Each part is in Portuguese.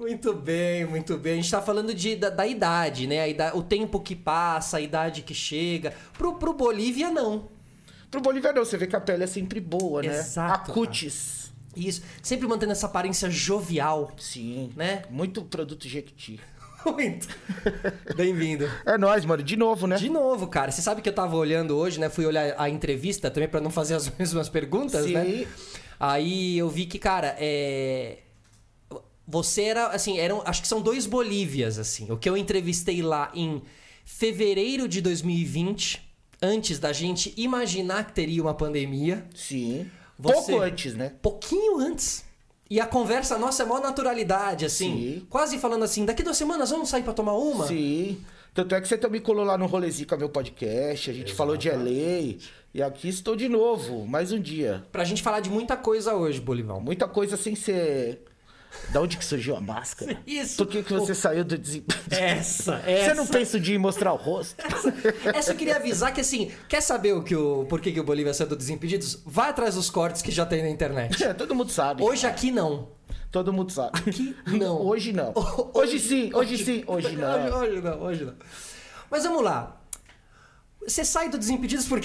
Muito bem, muito bem. A gente tá falando da idade, né? O tempo que passa, a idade que chega. Pro Bolívia, não. Pro Bolívia não, você vê que a pele é sempre boa, né? Exato, a cutis. Isso, sempre mantendo essa aparência jovial. Sim, né? Muito produto Jequiti. Muito. Bem-vindo. É nóis, mano. De novo, né? De novo, cara. Você sabe que eu tava olhando hoje, né? Fui olhar a entrevista também pra não fazer as mesmas perguntas, Sim. né? Aí eu vi que, cara, você era, assim, acho que são 2 Bolívias, assim. O que eu entrevistei lá em fevereiro de 2020, antes da gente imaginar que teria uma pandemia. Sim. Pouco antes, né? Pouquinho antes. E a conversa nossa é maior naturalidade, assim. Sim. Quase falando assim, daqui 2 semanas vamos sair pra tomar uma? Sim. Tanto é que você também colou lá no Rolezica meu podcast, a gente falou de LA, e aqui estou de novo, mais um dia. Pra gente falar de muita coisa hoje, Bolivão. Muita coisa sem ser... Da onde que surgiu a máscara? Isso. Por que você saiu do desemprego? Essa. Você não pensa de mostrar o rosto? Essa eu queria avisar que, assim, quer saber por que o Bolívia saiu do Desimpedidos? Vai atrás dos cortes que já tem na internet. Todo mundo sabe. Hoje aqui não. Todo mundo sabe. Aqui não. Hoje não. Hoje sim, hoje sim, hoje não. Hoje não. Mas vamos lá. Você sai do Desimpedidos por quê?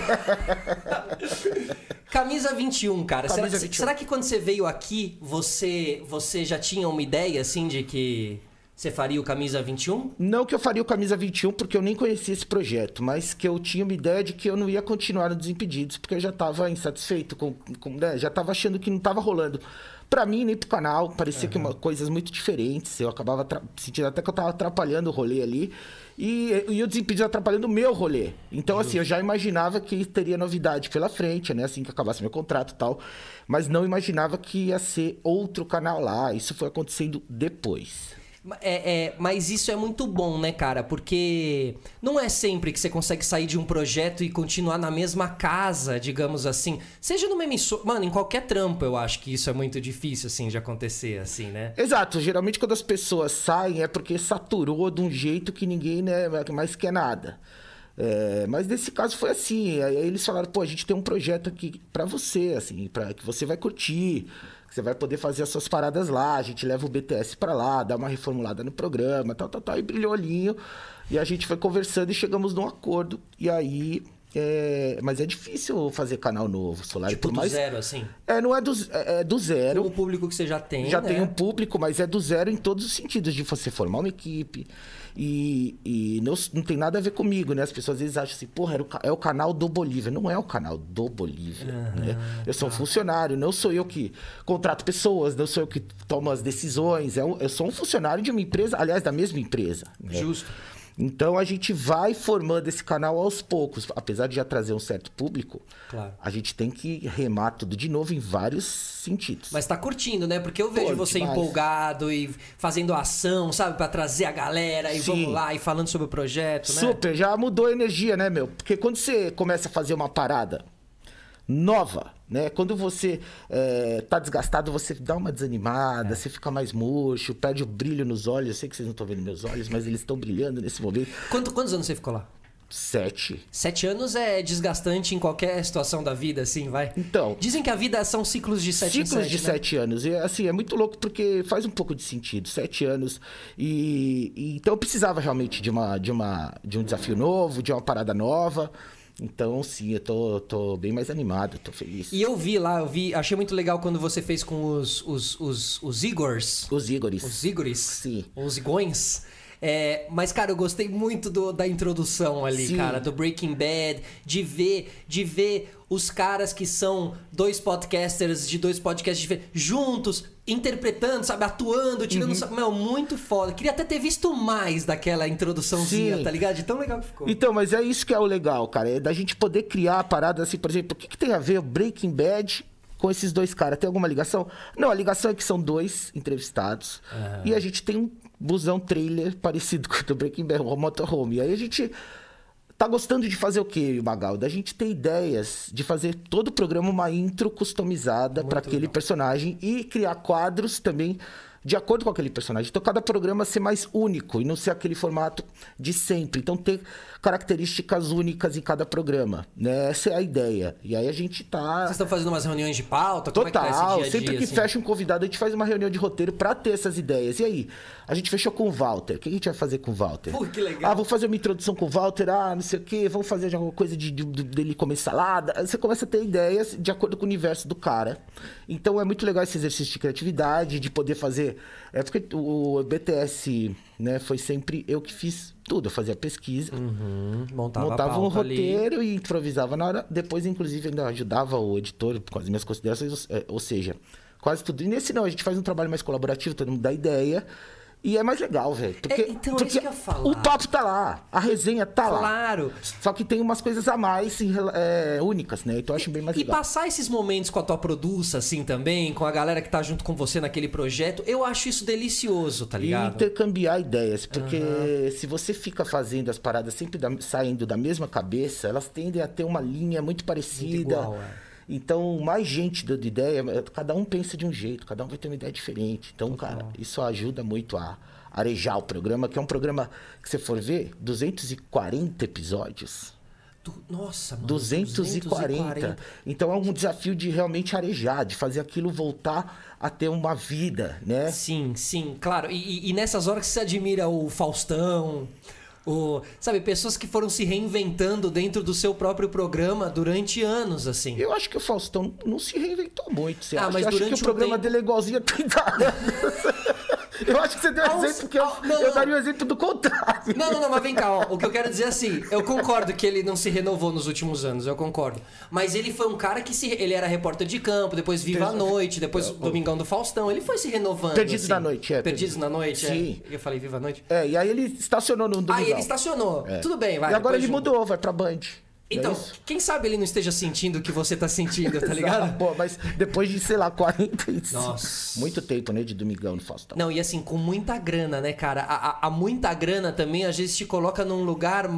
Camisa 21, cara. Camisa 21. Será que quando você veio aqui, você já tinha uma ideia, assim, de que você faria o Camisa 21? Não que eu faria o Camisa 21, porque eu nem conhecia esse projeto, mas que eu tinha uma ideia de que eu não ia continuar no Desimpedidos, porque eu já estava insatisfeito, né? Já estava achando que não estava rolando. Pra mim, nem pro canal, parecia que coisas muito diferentes. Eu acabava sentindo até que eu tava atrapalhando o rolê ali. E o Desimpedidos atrapalhando o meu rolê. Então, assim, eu já imaginava que teria novidade pela frente, né? Assim que acabasse meu contrato e tal. Mas não imaginava que ia ser outro canal lá. Isso foi acontecendo depois. Mas isso é muito bom, né, cara? Porque não é sempre que você consegue sair de um projeto e continuar na mesma casa, digamos assim. Seja numa emissora... Mano, em qualquer trampo eu acho que isso é muito difícil, assim, de acontecer, assim, né? Exato. Geralmente quando as pessoas saem é porque saturou de um jeito que ninguém, né, mais quer nada. Mas nesse caso foi assim. Aí eles falaram, pô, a gente tem um projeto aqui pra você, assim, que você vai curtir. Você vai poder fazer as suas paradas lá, a gente leva o BTS pra lá, dá uma reformulada no programa, tal, e brilhou o olhinho. E a gente foi conversando e chegamos num acordo. E aí... Mas é difícil fazer canal novo, Solari. Tipo, do zero, assim? Não é do zero. Com o público que você já tem, Já né? tem um público, mas é do zero em todos os sentidos, de você formar uma equipe. E não tem nada a ver comigo, né? As pessoas às vezes acham assim, porra, é o canal do Bolívia. Não é o canal do Bolívia, né? Eu sou um funcionário, não sou eu que contrato pessoas, não sou eu que tomo as decisões. Eu sou um funcionário de uma empresa, aliás, da mesma empresa. Né? Justo. Então a gente vai formando esse canal aos poucos. Apesar de já trazer um certo público, claro, a gente tem que remar tudo de novo em vários sentidos. Mas tá curtindo, né? Porque eu vejo você demais, empolgado e fazendo ação, sabe? Pra trazer a galera e vamos lá e falando sobre o projeto, né? Super, já mudou a energia, né, meu? Porque quando você começa a fazer uma parada nova, né? Quando você tá desgastado, você dá uma desanimada, você fica mais murcho, perde o brilho nos olhos. Eu sei que vocês não estão vendo meus olhos, mas eles estão brilhando nesse momento. Quantos anos você ficou lá? 7. 7 anos é desgastante em qualquer situação da vida, assim, vai? Então... Dizem que a vida são ciclos de 7 anos. Ciclos de 7 anos. E, assim, é muito louco porque faz um pouco de sentido. 7 anos. Então, eu precisava realmente de um desafio novo, de uma parada nova. Então, sim, eu tô bem mais animado, tô feliz. E eu vi lá, achei muito legal quando você fez com os Igors. Os Igores. Os Igores. Sim. Os Igões. Mas, cara, eu gostei muito da introdução ali, cara, do Breaking Bad, de ver os caras que são 2 podcasters de 2 podcasts diferentes, juntos, interpretando, sabe, atuando, tirando... Meu, muito foda. Queria até ter visto mais daquela introduçãozinha, tá ligado? De tão legal que ficou. Então, mas é isso que é o legal, cara, é da gente poder criar a parada assim, por exemplo, o que tem a ver o Breaking Bad com esses 2 caras? Tem alguma ligação? Não, a ligação é que são 2 entrevistados e a gente tem um busão trailer parecido com o do Breaking Bad, o motorhome. E aí a gente tá gostando de fazer o quê, Magal? Da gente ter ideias de fazer todo o programa uma intro customizada para aquele personagem e criar quadros também de acordo com aquele personagem. Então, cada programa ser mais único e não ser aquele formato de sempre. Então, ter características únicas em cada programa, né? Essa é a ideia. E aí a gente tá... Vocês estão fazendo umas reuniões de pauta? Como Total, é que tá esse dia a dia, sempre que assim? fecha um convidado, a gente faz uma reunião de roteiro pra ter essas ideias. E aí? A gente fechou com o Walter. O que a gente vai fazer com o Walter? Pô, que legal. Vou fazer uma introdução com o Walter, não sei o quê, vamos fazer alguma coisa dele comer salada. Aí você começa a ter ideias de acordo com o universo do cara. Então é muito legal esse exercício de criatividade, de poder fazer... É porque o BTS, né, foi sempre eu que fiz tudo. Eu fazia pesquisa, montava um roteiro ali e improvisava na hora. Depois, inclusive, ainda ajudava o editor com as minhas considerações, ou seja, quase tudo. E nesse não, a gente faz um trabalho mais colaborativo, todo mundo dá ideia. E é mais legal, velho. Porque, então, é porque isso que eu ia falar. o papo tá lá, a resenha tá lá. Claro. Só que tem umas coisas a mais únicas, né? Então eu acho bem mais legal. E passar esses momentos com a tua produça, assim, também, com a galera que tá junto com você naquele projeto, eu acho isso delicioso, tá ligado? E intercambiar ideias, porque se você fica fazendo as paradas sempre saindo da mesma cabeça, elas tendem a ter uma linha muito parecida. Muito igual, Então, mais gente dando ideia, cada um pensa de um jeito, cada um vai ter uma ideia diferente. Então, cara, isso ajuda muito a arejar o programa, que é um programa que, se você for ver, 240 episódios. Nossa, mano. 240. Então, é um desafio de realmente arejar, de fazer aquilo voltar a ter uma vida, né? Sim, claro. E nessas horas que você admira o Faustão... sabe, pessoas que foram se reinventando dentro do seu próprio programa durante anos, assim. Eu acho que o Faustão não se reinventou muito. Você acha? Mas Eu acho que o programa dele é igualzinho a 30 anos. Eu acho que você deu exemplo, porque eu daria o exemplo do contrário. Não, mas vem cá, ó. O que eu quero dizer é assim, eu concordo que ele não se renovou nos últimos anos, eu concordo. Mas ele foi um cara que ele era repórter de campo, depois Viva a Noite, depois Domingão do Faustão, ele foi se renovando. Perdidos assim. na Noite, Perdidos na Noite, Sim. Eu falei Viva a Noite? E aí ele estacionou no Domingão. Aí ele estacionou. Tudo bem, vai. E agora ele mudou, vai pra Band. Então, quem sabe ele não esteja sentindo o que você tá sentindo, tá ligado? Pô, mas depois de, sei lá, 45... Nossa. Muito tempo, né, de Domingão no Faustão. Não, e assim, com muita grana, né, cara? A muita grana também, às vezes, te coloca num lugar...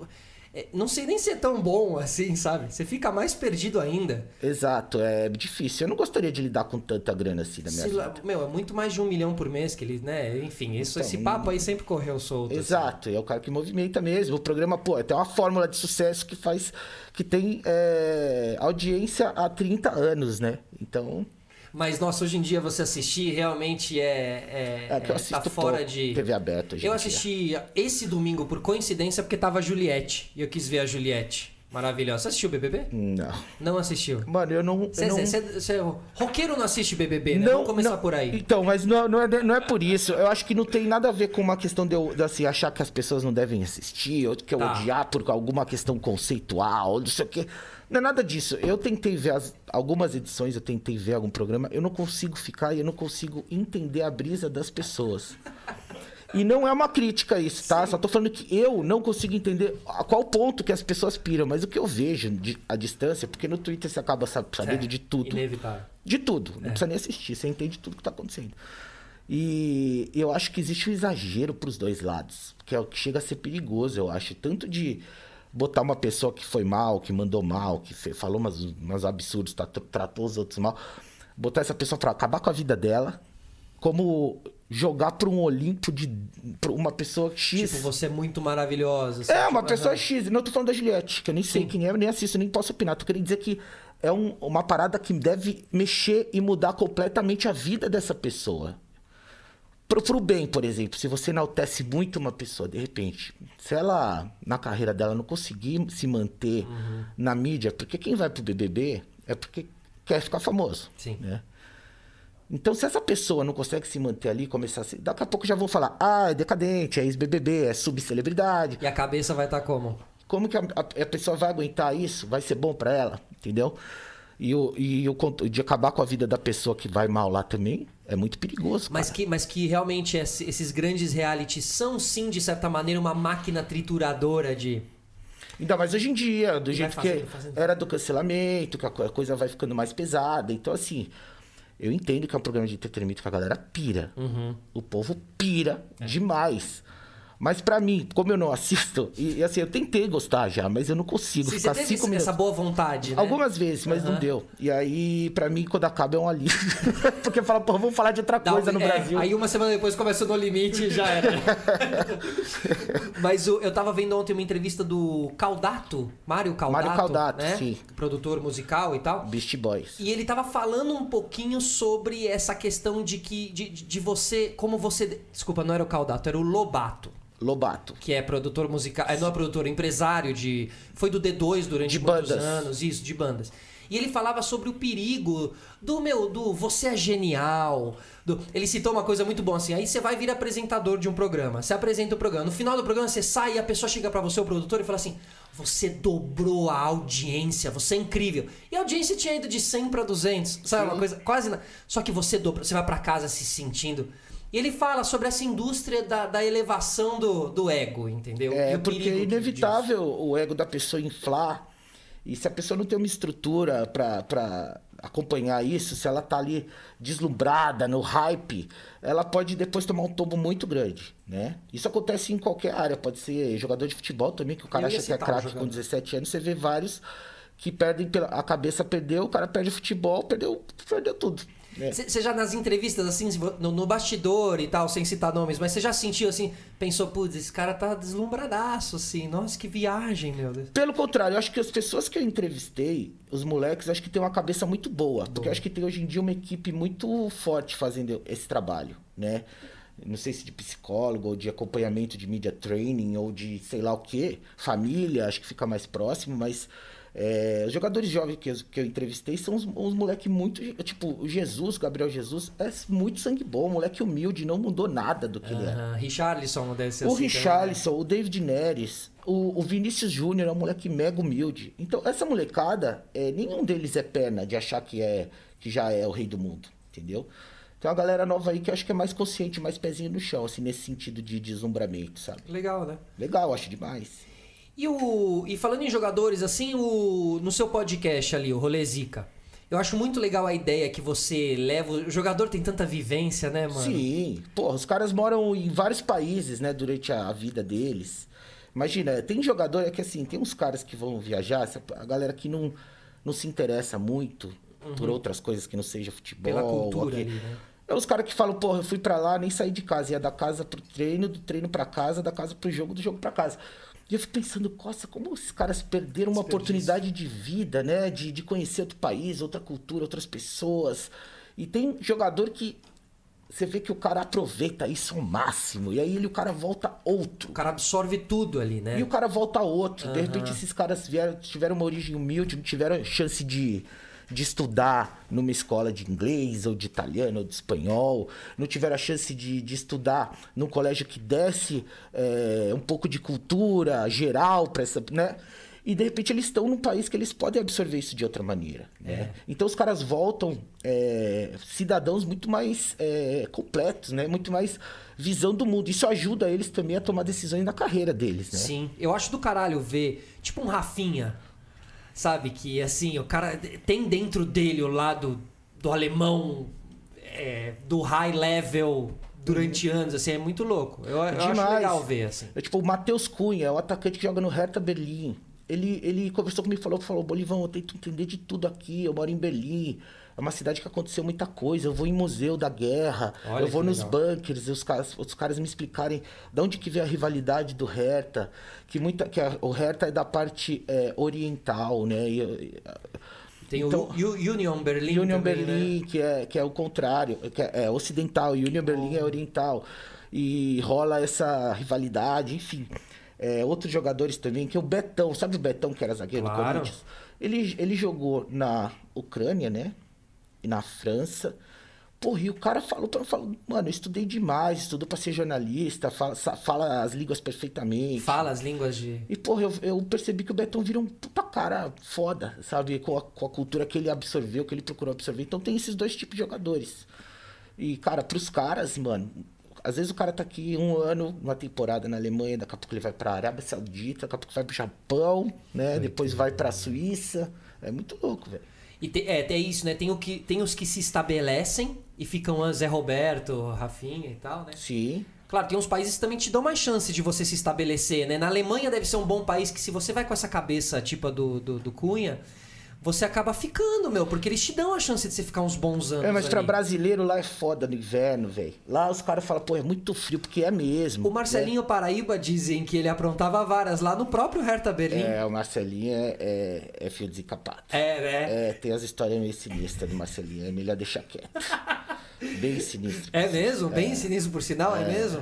Não sei nem se é tão bom assim, sabe? Você fica mais perdido ainda. Exato, é difícil. Eu não gostaria de lidar com tanta grana assim na minha vida. Meu, é muito mais de 1 milhão por mês que ele, né? Enfim, esse papo aí sempre correu solto. Exato, é o cara que movimenta mesmo. O programa, tem uma fórmula de sucesso que tem audiência há 30 anos, né? Então... Mas, nossa, hoje em dia você assistir realmente que eu assisto tá fora pouco, de... TV aberta, hoje Eu em assisti esse domingo por coincidência porque tava a Juliette. E eu quis ver a Juliette. Maravilhosa. Você assistiu o BBB? Não. Não assistiu? Mano, eu não... Roqueiro não assiste BBB, né? Vamos começar por aí. Então, mas não é por isso. Eu acho que não tem nada a ver com uma questão de eu assim, achar que as pessoas não devem assistir, ou que eu odiar por alguma questão conceitual, não sei o quê. Não é nada disso. Eu tentei ver algumas edições, eu tentei ver algum programa, eu não consigo ficar e eu não consigo entender a brisa das pessoas. E não é uma crítica isso, tá? Sim. Só tô falando que eu não consigo entender a qual ponto que as pessoas piram. Mas o que eu vejo à distância, porque no Twitter você acaba sabendo de tudo. Inevitável. De tudo. Não precisa nem assistir, você entende tudo que tá acontecendo. E eu acho que existe um exagero pros dois lados. Que é o que chega a ser perigoso, eu acho. Tanto de botar uma pessoa que foi mal, que mandou mal, que falou umas absurdos, tratou os outros mal. Botar essa pessoa pra acabar com a vida dela. Como... jogar para um Olimpo pra uma pessoa X. Tipo, você é muito maravilhosa. Uma pessoa X. Não tô falando da Juliette, que eu nem sei quem é, nem assisto, nem posso opinar. Tô querendo dizer que é uma parada que deve mexer e mudar completamente a vida dessa pessoa. Pro bem, por exemplo, se você enaltece muito uma pessoa, de repente, se ela, na carreira dela, não conseguir se manter na mídia, porque quem vai pro BBB é porque quer ficar famoso. Sim. Né? Então, se essa pessoa não consegue se manter ali, começar a se... Daqui a pouco já vão falar, é decadente, é ex-BBB, é subcelebridade. E a cabeça vai estar como? Como que a pessoa vai aguentar isso? Vai ser bom pra ela, entendeu? E de acabar com a vida da pessoa que vai mal lá também é muito perigoso, mas que realmente esses grandes realities são, sim, de certa maneira, uma máquina trituradora de... Ainda mais hoje em dia, do jeito que era do cancelamento, que a coisa vai ficando mais pesada. Então, assim... Eu entendo que é um programa de entretenimento que a galera pira. O povo pira demais. Mas pra mim, como eu não assisto, e assim, eu tentei gostar já, mas eu não consigo ficar 5 minutos. Essa boa vontade, né? Algumas vezes, mas não deu. E aí, pra mim, quando acaba é um alívio. Porque fala, pô, vamos falar de outra coisa no Brasil. Aí uma semana depois começa No Limite e já era. Mas eu tava vendo ontem uma entrevista do Caldato, Mário Caldato, né? Sim. Produtor musical e tal. Beast Boys. E ele tava falando um pouquinho sobre essa questão de você, como você... Desculpa, não era o Caldato, era o Lobato. Que é produtor musical, não é produtor, é empresário foi do D2 durante muitos anos, isso, de bandas. E ele falava sobre o perigo do você é genial. Ele citou uma coisa muito boa assim, aí você vai vir apresentador de um programa, você apresenta o programa, no final do programa você sai e a pessoa chega pra você, o produtor, e fala assim, você dobrou a audiência, você é incrível. E a audiência tinha ido de 100 pra 200, sabe? Sim. Uma coisa quase... Só que você dobrou, você vai pra casa se sentindo... E ele fala sobre essa indústria da elevação do ego, entendeu? Porque é inevitável o ego da pessoa inflar. E se a pessoa não tem uma estrutura pra acompanhar isso, se ela tá ali deslumbrada no hype, ela pode depois tomar um tombo muito grande, né? Isso acontece em qualquer área. Pode ser jogador de futebol também, que o cara acha que é craque com 17 anos. Você vê vários que perdem a cabeça, o cara perde o futebol, perdeu tudo. Você já nas entrevistas, assim, no bastidor e tal, sem citar nomes, mas você já sentiu assim, pensou, putz, esse cara tá deslumbradaço, assim, nossa, que viagem, meu Deus. Pelo contrário, eu acho que as pessoas que eu entrevistei, os moleques, acho que tem uma cabeça muito boa, porque eu acho que tem hoje em dia uma equipe muito forte fazendo esse trabalho, né? Não sei se de psicólogo, ou de acompanhamento de media training, ou de sei lá o quê, família, acho que fica mais próximo, mas... os jogadores jovens que eu entrevistei são uns moleque muito... Tipo, o Jesus, Gabriel Jesus, é muito sangue bom, moleque humilde, não mudou nada do que ele era. Richarlison deve ser o assim. Richarlison, o David Neres, o Vinícius Júnior é um moleque mega humilde. Então, essa molecada, nenhum deles é perna de achar que já é o rei do mundo, entendeu? Tem uma galera nova aí que eu acho que é mais consciente, mais pezinho no chão, assim, nesse sentido de deslumbramento, sabe? Legal, né? Legal, acho demais. E falando em jogadores, assim, no seu podcast ali, o Rolê Zica, eu acho muito legal a ideia que você leva... O jogador tem tanta vivência, né, mano? Sim. Pô, os caras moram em vários países, né, durante a vida deles. Imagina, tem jogador que, assim, tem uns caras que vão viajar, a galera que não se interessa muito por outras coisas que não seja futebol. Pela cultura ali, né? É os caras que falam, porra, eu fui pra lá, nem saí de casa. Ia da casa pro treino, do treino pra casa, da casa pro jogo, do jogo pra casa. E eu fico pensando, nossa, como esses caras perderam uma oportunidade de vida, né? De conhecer outro país, outra cultura, outras pessoas. E tem jogador que você vê que o cara aproveita isso ao máximo. E aí o cara volta outro. O cara absorve tudo ali, né? E o cara volta outro. De repente esses caras tiveram uma origem humilde, não tiveram chance de estudar numa escola de inglês, ou de italiano, ou de espanhol, não tiveram a chance de estudar num colégio que desse um pouco de cultura geral para essa, né? E de repente eles estão num país que eles podem absorver isso de outra maneira, né? Então os caras voltam cidadãos muito mais completos, né? Muito mais visão do mundo. Isso ajuda eles também a tomar decisões na carreira deles, né? Sim, eu acho do caralho ver, tipo um Rafinha, sabe? Que assim, o cara tem dentro dele o lado do alemão, do high level durante anos, assim, é muito louco. Eu acho legal ver, assim. Tipo o Matheus Cunha, o atacante que joga no Hertha Berlim. Ele conversou comigo e falou, Bolivão, eu tento entender de tudo aqui, eu moro em Berlim, é uma cidade que aconteceu muita coisa, eu vou em museu da guerra, olha, eu vou nos legal. bunkers, os caras me explicarem de onde que veio a rivalidade do Hertha, o Hertha é da parte oriental, né? Tem então, o Union Berlin Union também, Berlin, né? que é o contrário, que é ocidental, e Union Berlin é oriental, e rola essa rivalidade, enfim... outros jogadores também, que é o Betão, sabe o Betão que era zagueiro do Corinthians? Ele jogou na Ucrânia, né? E na França. Porra, e o cara falou, mano, eu estudei demais, estudou pra ser jornalista, fala as línguas perfeitamente. Fala as línguas de... E, porra, eu percebi que o Betão virou um puta cara foda, sabe? Com a cultura que ele absorveu, que ele procurou absorver. Então tem esses dois tipos de jogadores. E, cara, pros caras, mano... Às vezes o cara tá aqui 1 ano, uma temporada na Alemanha, daqui a pouco ele vai pra Arábia Saudita, daqui a pouco vai pro Japão, né? Depois vai pra Suíça. É muito louco, velho. E tem isso, né? Tem os que se estabelecem e ficam Zé Roberto, Rafinha e tal, né? Sim. Claro, tem uns países que também te dão mais chance de você se estabelecer, né? Na Alemanha deve ser um bom país que se você vai com essa cabeça tipo a do Cunha, você acaba ficando, meu, porque eles te dão a chance de você ficar uns bons anos. Mas pra ali. brasileiro lá é foda no inverno, velho. Lá os caras falam, pô, é muito frio, porque é mesmo. O Marcelinho Paraíba dizem que ele aprontava varas lá no próprio Hertha Berlim. O Marcelinho é fio desencapado. Né? Tem as histórias meio sinistras do Marcelinho, é melhor deixar quieto. Bem sinistro. É mesmo? Bem sinistro por sinal? É mesmo?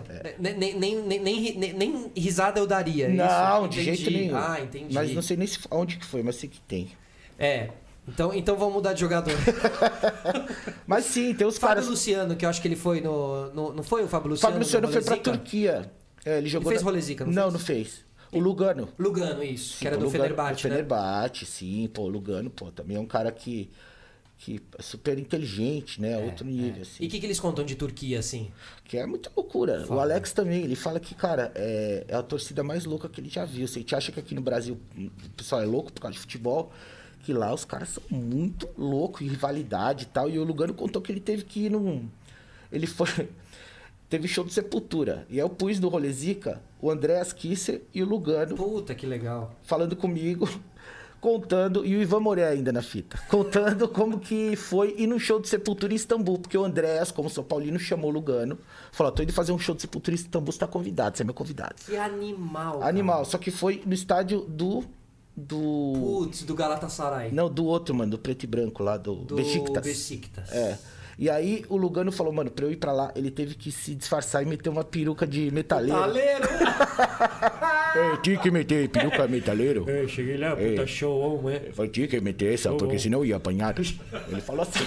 Nem risada eu daria. Não, isso? de jeito nenhum. Ah, entendi. Mas não sei nem onde que foi, mas sei que tem. Então vamos mudar de jogador. Mas sim, tem os Fábio caras... Luciano, que eu acho que ele foi no não foi o Fábio Luciano? Fábio Luciano foi pra Rolezica? Turquia. Ele jogou fez Rolezica, não fez? O Lugano. Lugano, isso. Sim, que era do Lugano, Fenerbahçe, né? Fenerbahçe, sim. Pô, o Lugano, também é um cara que é super inteligente, né? Outro nível, assim. E o que eles contam de Turquia, assim? Que é muita loucura. Fala. O Alex também, ele fala que, cara, é a torcida mais louca que ele já viu. Você acha que aqui no Brasil o pessoal é louco por causa de futebol? Que lá os caras são muito loucos em rivalidade e tal. E o Lugano contou que ele teve que ir num... Ele foi... Teve show do Sepultura. E eu pus do Rolezica o Andreas Kisser e o Lugano. Puta, que legal. Falando comigo, contando, e o Ivan Moré ainda na fita, contando como que foi ir num show de Sepultura em Istambul, porque o Andreas, como São Paulino, chamou o Lugano, falou, tô indo fazer um show de Sepultura em Istambul, você tá convidado, você é meu convidado. Que animal, Animal, cara. só que foi no estádio do... Putz, do Galatasaray. Não, do outro, mano, do preto e branco lá, do Besiktas. Besiktas. E aí o Lugano falou, mano, pra eu ir pra lá, ele teve que se disfarçar e meter uma peruca de metaleiro. Metaleiro! Tinha que meter peruca metaleiro. Cheguei lá, puta show, né? Eu tinha que meter essa, porque senão eu ia apanhar. Ele falou assim.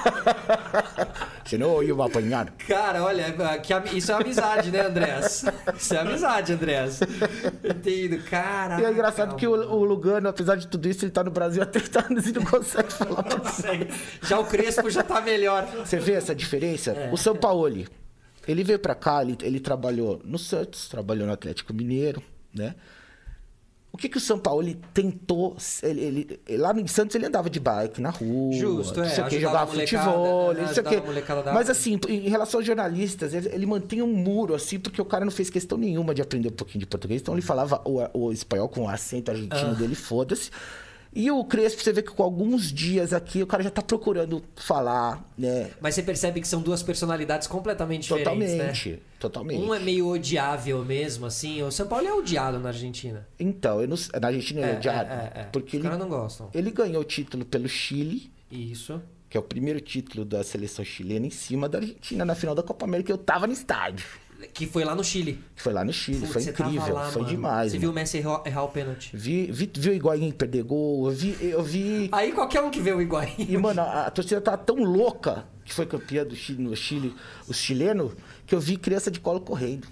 Senão eu ia apanhar. Cara, olha, isso é amizade, né, Andrés? Isso é amizade, Andrés. Entendo, cara. E é engraçado que o Lugano, apesar de tudo isso, ele tá no Brasil há 30 anos e não consegue falar. Não consegue. Já o Crespo já tá melhor. Você vê essa diferença? O Sampaoli, ele veio pra cá, ele trabalhou no Santos, trabalhou no Atlético Mineiro, né? O que o Sampaoli tentou... lá no Santos ele andava de bike na rua. Justo, Não sei o que, jogava futebol, não sei o que. Mas assim, em relação aos jornalistas, ele mantinha um muro, assim, porque o cara não fez questão nenhuma de aprender um pouquinho de português. Então ele falava o espanhol com o acento argentino dele, foda-se. E o Crespo, você vê que com alguns dias aqui, o cara já tá procurando falar, né? Mas você percebe que são duas personalidades completamente diferentes, né? Totalmente. Um é meio odiável mesmo, assim. O São Paulo é odiado na Argentina. Então, na Argentina ele é odiado. Porque os caras não gostam. Ele ganhou o título pelo Chile. Isso. Que é o primeiro título da seleção chilena em cima da Argentina na final da Copa América. Eu tava no estádio. Que foi lá no Chile. Foi lá no Chile, foi incrível, lá, foi mano. demais. Você viu o Messi errar o pênalti? Vi o Higuaín perder gol, eu vi... Aí qualquer um que vê o Higuaín. E, mano, a torcida tava tão louca que foi campeã do Chile, no Chile, os chilenos, que eu vi criança de colo correndo.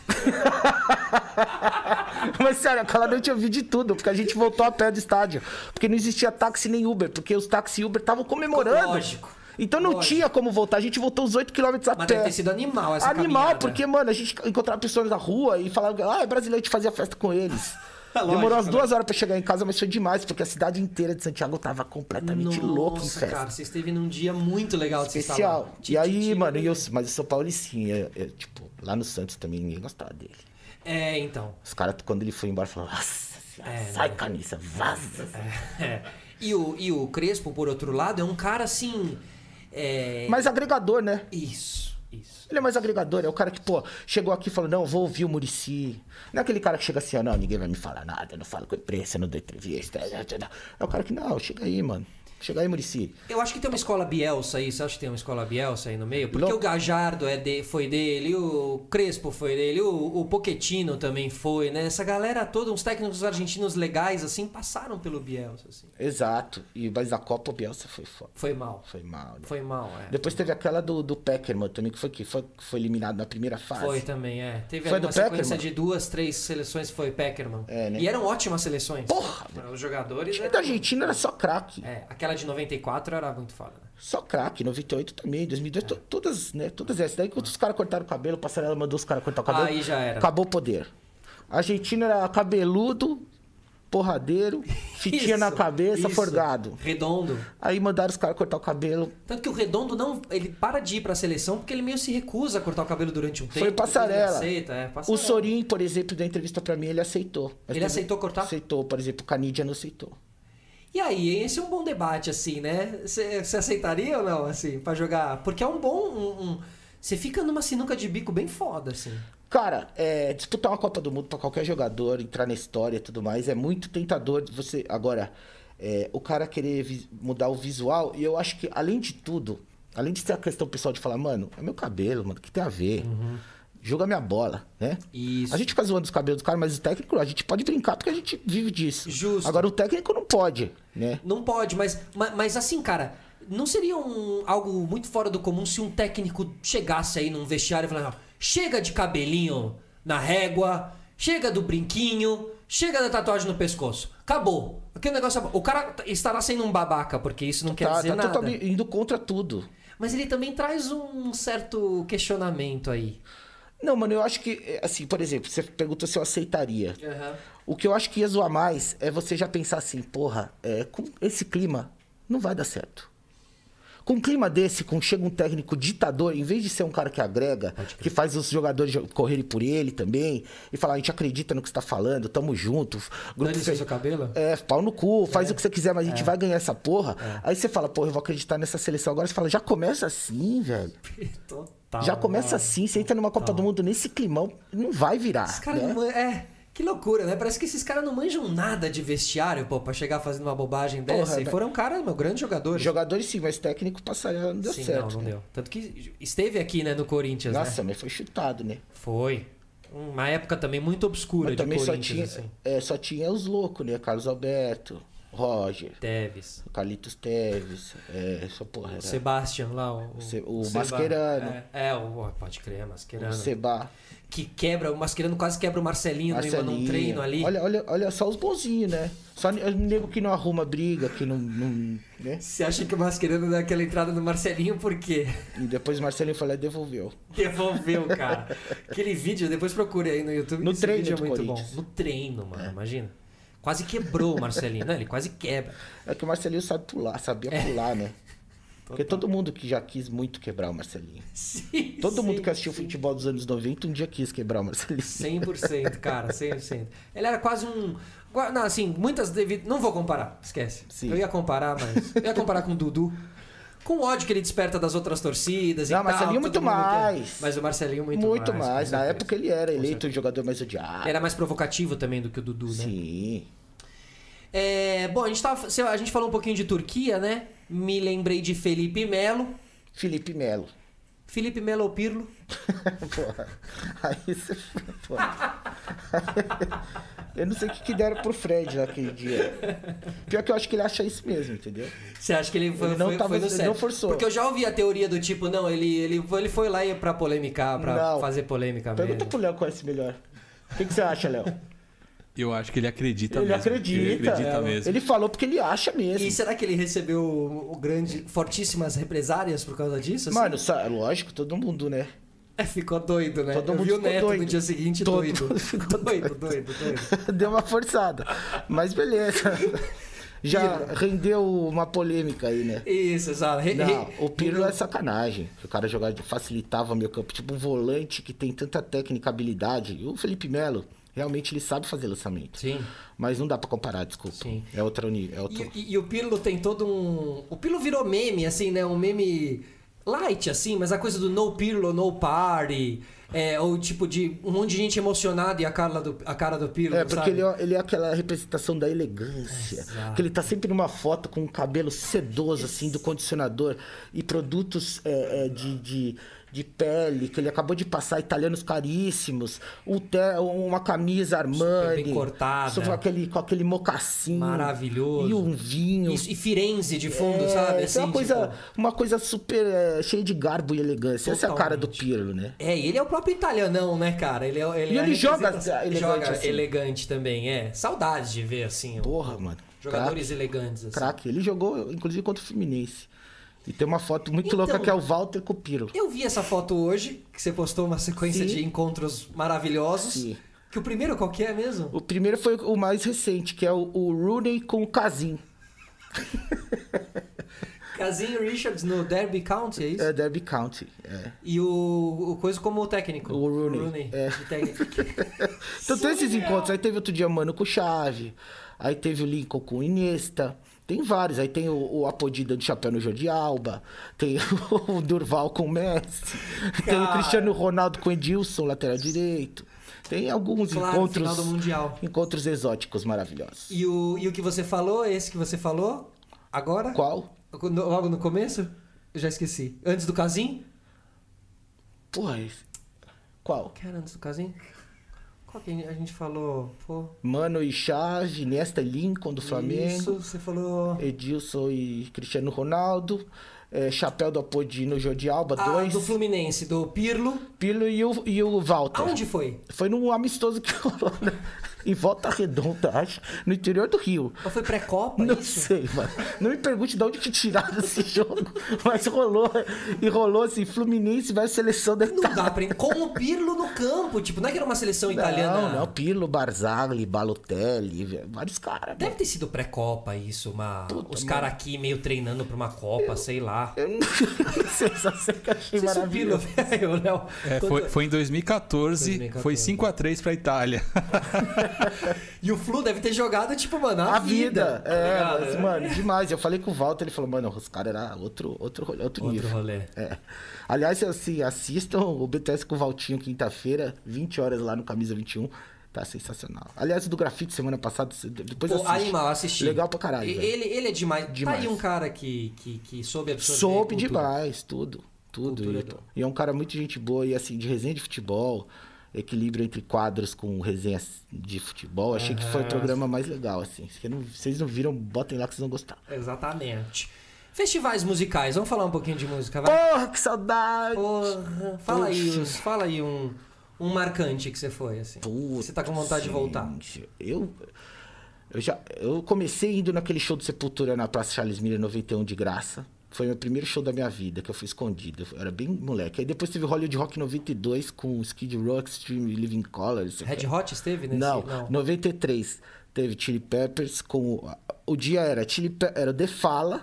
Mas, sério, aquela noite eu vi de tudo, porque a gente voltou a pé do estádio. Porque não existia táxi nem Uber, porque os táxi e Uber estavam comemorando. Lógico. Então não tinha como voltar. A gente voltou os 8 km a pé. Mas deve ter sido animal essa Animal, caminhada. porque, mano, a gente encontrava pessoas na rua e falava, é brasileiro, a gente fazia festa com eles. Lógico, Demorou umas 2 horas pra chegar em casa, mas foi demais, porque a cidade inteira de Santiago tava completamente louca em festa. Cara, você esteve num dia muito legal de especial. E aí, mano, mas o São Paulo sim, tipo, lá no Santos também ninguém gostava dele. Então. Os caras, quando ele foi embora, falaram, nossa senhora, sai, Caniça, vaza. E o Crespo, por outro lado, é um cara assim... Mais agregador, né? Isso. Ele é mais agregador, é o cara que, pô, chegou aqui e falou, não, vou ouvir o Muricy. Não é aquele cara que chega assim, ó, não, ninguém vai me falar nada, eu não falo com a imprensa, não dou entrevista. É o cara que, não, chega aí, mano. Chega aí, Muricy. Eu acho que tem uma escola Bielsa aí. Você acha que tem uma escola Bielsa aí no meio? Porque o Gajardo foi dele, o Crespo foi dele, o Pochettino também foi, né? Essa galera toda, uns técnicos argentinos legais, assim, passaram pelo Bielsa, assim. Exato. Mas a Copa, o Bielsa foi foda. Foi mal. Né? Foi mal, Depois teve aquela do Peckerman também, que foi eliminado na primeira fase. Foi também, Teve foi uma sequência de 2, 3 seleções, foi Peckerman. Né? E eram ótimas seleções. Porra! Os jogadores... O time da Argentina era só craque. Aquela de 94 era muito foda, né? Só craque, 98 também, 2002, todas, né? Todas essas. Daí quando os caras cortaram o cabelo, o Passarela mandou os caras cortar o cabelo. Aí já era. Acabou o poder. A Argentina era cabeludo, porradeiro, fitinha na cabeça, forgado. Redondo. Aí mandaram os caras cortar o cabelo. Tanto que o Redondo não... Ele para de ir pra seleção porque ele meio se recusa a cortar o cabelo durante um tempo. Foi passarela. Aceita, O Sorin, por exemplo, da entrevista pra mim, ele aceitou. Ele aceitou cortar? Aceitou. Por exemplo, o Canidia não aceitou. E aí, esse é um bom debate, assim, né? Você aceitaria ou não, assim, pra jogar? Porque é um bom... Você fica numa sinuca de bico bem foda, assim. Cara, disputar uma Copa do Mundo pra qualquer jogador, entrar na história e tudo mais, é muito tentador. Você agora, o cara querer mudar o visual, e eu acho que, além de tudo, além de ter a questão pessoal de falar, mano, é meu cabelo, mano, o que tem a ver? Joga minha bola, né? Isso. A gente fica zoando os cabelos do cara, mas o técnico, a gente pode brincar porque a gente vive disso. Justo. Agora, o técnico não pode, né? Não pode, mas assim, cara, não seria algo muito fora do comum se um técnico chegasse aí num vestiário e falasse, chega de cabelinho na régua, chega do brinquinho, chega da tatuagem no pescoço. Acabou. Aquele negócio, o cara estará sendo um babaca, porque isso não quer dizer nada. Tá indo contra tudo. Mas ele também traz um certo questionamento aí. Não, mano, eu acho que, assim, por exemplo, você perguntou se eu aceitaria. Uhum. O que eu acho que ia zoar mais é você já pensar assim, porra, com esse clima não vai dar certo. Com um clima desse, chega um técnico ditador, em vez de ser um cara que agrega, que faz os jogadores correrem por ele também, e falar, a gente acredita no que você tá falando, tamo junto. Dane seu cabelo? Pau no cu, faz o que você quiser, mas a gente vai ganhar essa porra. Aí você fala, porra, eu vou acreditar nessa seleção. Agora você fala, já começa assim, velho. Total. Já começa assim, você entra numa Copa do Mundo nesse climão, não vai virar. Esse cara né? Que loucura, né? Parece que esses caras não manjam nada de vestiário, pô, pra chegar fazendo uma bobagem dessa. Porra, e foram caras, grandes jogadores. Jogadores sim, mas técnico passarela não deu certo. Não né? deu. Tanto que esteve aqui, né, no Corinthians, Nossa, né? mas foi chutado, né? Foi. Uma época também muito obscura mas de também Corinthians, só tinha os loucos, né? Carlos Alberto, Roger. Teves. Carlitos Teves. Essa porra era... Sebastian lá. O Mascherano. Pode crer, Mascherano. O Seba. Que quebra, o Mascherano quase quebra o Marcelinho num treino ali. Olha só os bonzinhos, né? Só o nego que não arruma briga, que não né? Você acha que o Mascherano dá aquela entrada no Marcelinho por quê? E depois o Marcelinho foi lá e devolveu. Devolveu, cara. Aquele vídeo, depois procure aí no YouTube. No treino vídeo é muito bom. Corinthians. No treino, mano, imagina. Quase quebrou o Marcelinho, né? Ele quase quebra. É que o Marcelinho sabia pular, né? Porque todo mundo que já quis muito quebrar o Marcelinho. Sim, todo mundo que assistiu futebol dos anos 90 um dia quis quebrar o Marcelinho. 100%, cara, 100%. Ele era quase um... Não, assim, muitas devidas... Não vou comparar, esquece. Sim. Eu ia comparar, mas... Eu ia comparar com o Dudu. Com o ódio que ele desperta das outras torcidas e tal. Não, o Marcelinho muito mais. Mas o Marcelinho muito mais. Muito mais. Na época ele era eleito o jogador mais odiado. Era mais provocativo também do que o Dudu, né? Sim. Bom, a gente falou um pouquinho de Turquia, né? Me lembrei de Felipe Melo. Felipe Melo. Felipe Melo ou Pirlo? Porra. Aí você... Porra. Eu não sei o que deram pro Fred naquele dia. Pior que eu acho que ele acha isso mesmo, entendeu? Você acha que ele foi no certo? Ele não forçou. Porque eu já ouvi a teoria do tipo, não, ele foi lá pra polemicar, pra fazer polêmica mesmo. Pergunta pro Léo qual é esse melhor. O que você acha, Léo? Eu acho que ele acredita mesmo. Ele acredita mesmo. Ele falou porque ele acha mesmo. E será que ele recebeu fortíssimas represárias por causa disso? Mano, lógico, todo mundo, né? Ficou doido, né? Todo eu mundo vi o Neto doido. no dia seguinte doido. Doido. Deu uma forçada. Mas beleza. Já rendeu uma polêmica aí, né? Isso, exato. O Pirlo é sacanagem. O cara facilitava meio campo. Tipo um volante que tem tanta técnica, habilidade. E o Felipe Melo, realmente ele sabe fazer lançamento. Sim. Mas não dá pra comparar, desculpa. Sim. É outro nível. E o Pirlo tem todo um... O Pirlo virou meme, assim, né? Um meme light, assim, mas a coisa do no Pirlo, no party... ou tipo de um monte de gente emocionada e a cara do Pirlo, porque sabe? ele é aquela representação da elegância. Exato. Que ele tá sempre numa foto com o cabelo sedoso, assim, do condicionador. E produtos de pele, que ele acabou de passar, italianos caríssimos. Uma camisa Armani. Super bem cortada. Com aquele mocassim. Maravilhoso. E um vinho. E Firenze de fundo, sabe? Assim, uma coisa super cheia de garbo e elegância. Essa é a cara do Pirlo, né? E ele é o próprio italianão, né, cara? Ele joga elegante, assim. Elegante também, Saudades de ver, assim. Porra, mano. Jogadores elegantes, assim. Craque. Ele jogou, inclusive, contra o Fluminense. E tem uma foto muito louca que é o Walter com o Pirlo. Eu vi essa foto hoje, que você postou uma sequência de encontros maravilhosos. Sim. Que o primeiro qual que é mesmo? O primeiro foi o mais recente, que é o Rooney com o Casim. Casim Richards no Derby County, é isso? É, Derby County, é. E o coisa como técnico. O Rooney. De técnico. Então tem esses encontros. Aí teve outro dia Mano com Chave. Aí teve o Lincoln com Iniesta. Tem vários. Aí tem o Apodi dando chapéu no Jordi Alba. Tem o Durval com o Messi. Tem o Cristiano Ronaldo com o Edilson, lateral direito. Tem alguns encontros. Final do Mundial. Encontros exóticos maravilhosos. E o que você falou, esse que você falou? Agora? Qual? Logo no começo? Eu já esqueci. Antes do Casim? Porra, esse. Qual? Que era antes do Casim? Qual que a gente falou? Pô. Mano e Chave, Iniesta e Lincoln do Flamengo. Isso, você falou... Edilson e Cristiano Ronaldo. Chapéu do Apodi no Jordi Alba, 2. Do Fluminense, do Pirlo. Pirlo e o Walter. Aonde foi? Foi num amistoso que rolou, né? Em Volta Redonda, acho. No interior do Rio. Mas foi pré-copa, Não isso? sei, mano. Não me pergunte de onde que tiraram esse jogo. Mas rolou. E rolou assim, Fluminense vai seleção da Não dá pra... Com o Pirlo no campo. Tipo, não é que era uma seleção italiana. Não. Pirlo, Barzagli, Balotelli, vários caras. Deve ter sido pré-copa isso. Os caras aqui meio treinando pra uma Copa, sei lá. Eu não sei, só sei que achei maravilhoso. Velho, Léo. Foi em 2014, foi 5-3 pra Itália. E o Flu deve ter jogado, tipo, mano, a vida. Mas, mano, demais. Eu falei com o Walter, ele falou, mano, os caras eram outro nível. Rolê. Aliás, assim, assistam o BTS com o Valtinho quinta-feira, 20 horas lá no Camisa 21. Tá sensacional. Aliás, o do Grafite semana passada, depois assiste. Animal, assisti. Legal pra caralho. Ele é demais. Tá aí um cara que soube absorver demais, tudo. E é um cara muito gente boa e assim, de resenha de futebol, equilíbrio entre quadros com resenha de futebol. Achei que foi o programa mais legal, assim. Se vocês não viram, botem lá que vocês vão gostar. Exatamente. Festivais musicais, vamos falar um pouquinho de música, vai? Porra, que saudade! Porra, fala aí um marcante que você foi, assim. Puta, você tá com vontade de voltar. Eu comecei indo naquele show do Sepultura na Praça Charles Miller 91 de graça. Foi o meu primeiro show da minha vida, que eu fui escondido. Eu era bem moleque. Aí depois teve o Hollywood Rock 92 com Skid Row, Extreme Living Colors. Red Hot esteve nesse? Não, 93 teve Chili Peppers com... O dia era era The Fala